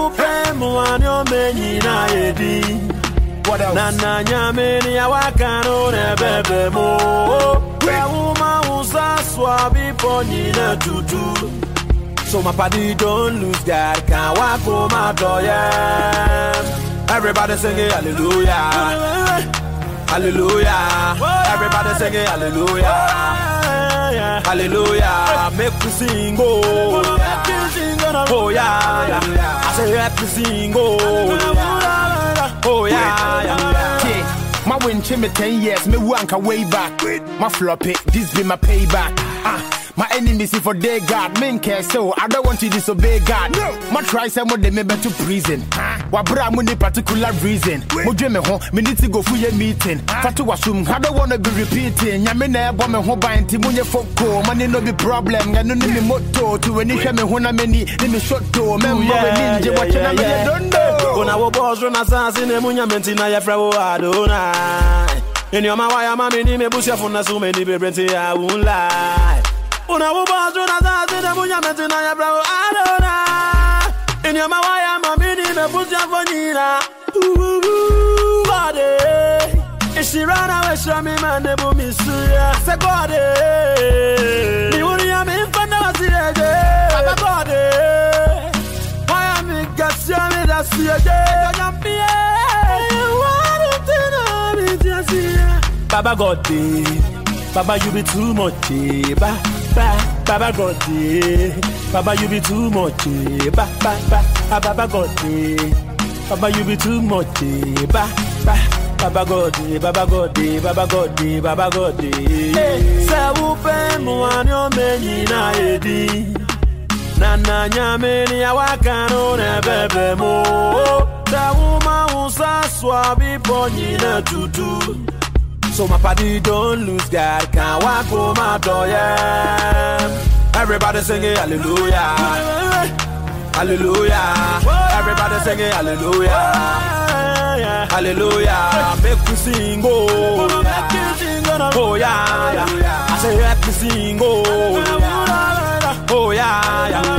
What else? Nana nyameni ya wakano ne bebe mo. Kwa uma usa swabi ponyi ne tutu. So my party don't lose God, can't walk home my door, yeah. Everybody singing hallelujah, hallelujah. Everybody singing hallelujah, hallelujah. Make me sing, oh, oh yeah, yeah. I say happy sing, oh, oh yeah, yeah. My win chimney ten years, me wanka way back. My floppy, this be my payback. Ah. My enemies see for their God, men care so I don't want to disobey God. No. My try some of them me to prison. Huh? Wabra money particular reason. Mujwe me home, me need to go for your meeting. Fatu wasum, I don't wanna be repeating. Yamene abome ho bainti munye foko. Money no be problem. Ya no ni me motto. To any shame hona many, ni me shot to. Member ninja watching na me don't know. When I was boss run assassin, ne munya menti na ya fra wo adonai. In your mawaya mami ni me bush ya funa so many be brenti I won't lie. When I was boss run assassin, ne munya menti na ya fra wo adonai. In your mawaya mami ni me bush ya funina. Ooh ooh body. If she run away, show me man ne bu mi suya. Say body. Mi wuri ya me fanda wasirege. Baba body. Why am I gas ya me da siege? Baba God, Baba you be too much, ba ba. Baba God, Baba you be too much, ba ba ba. Baba God, Baba you be too much, ba ba. Baba God, Baba God, Baba God, Baba God. Say upe muanyo meni na edi. Na na nyameni ya wakano ne bebe mo. Say uma usa swabi ponyi na tutu. So my party don't lose God, can't walk for my door, yeah. Everybody singing hallelujah, hallelujah. Everybody singing hallelujah, hallelujah. Make me sing, oh, oh yeah, yeah. I say let me sing, oh, oh yeah, yeah.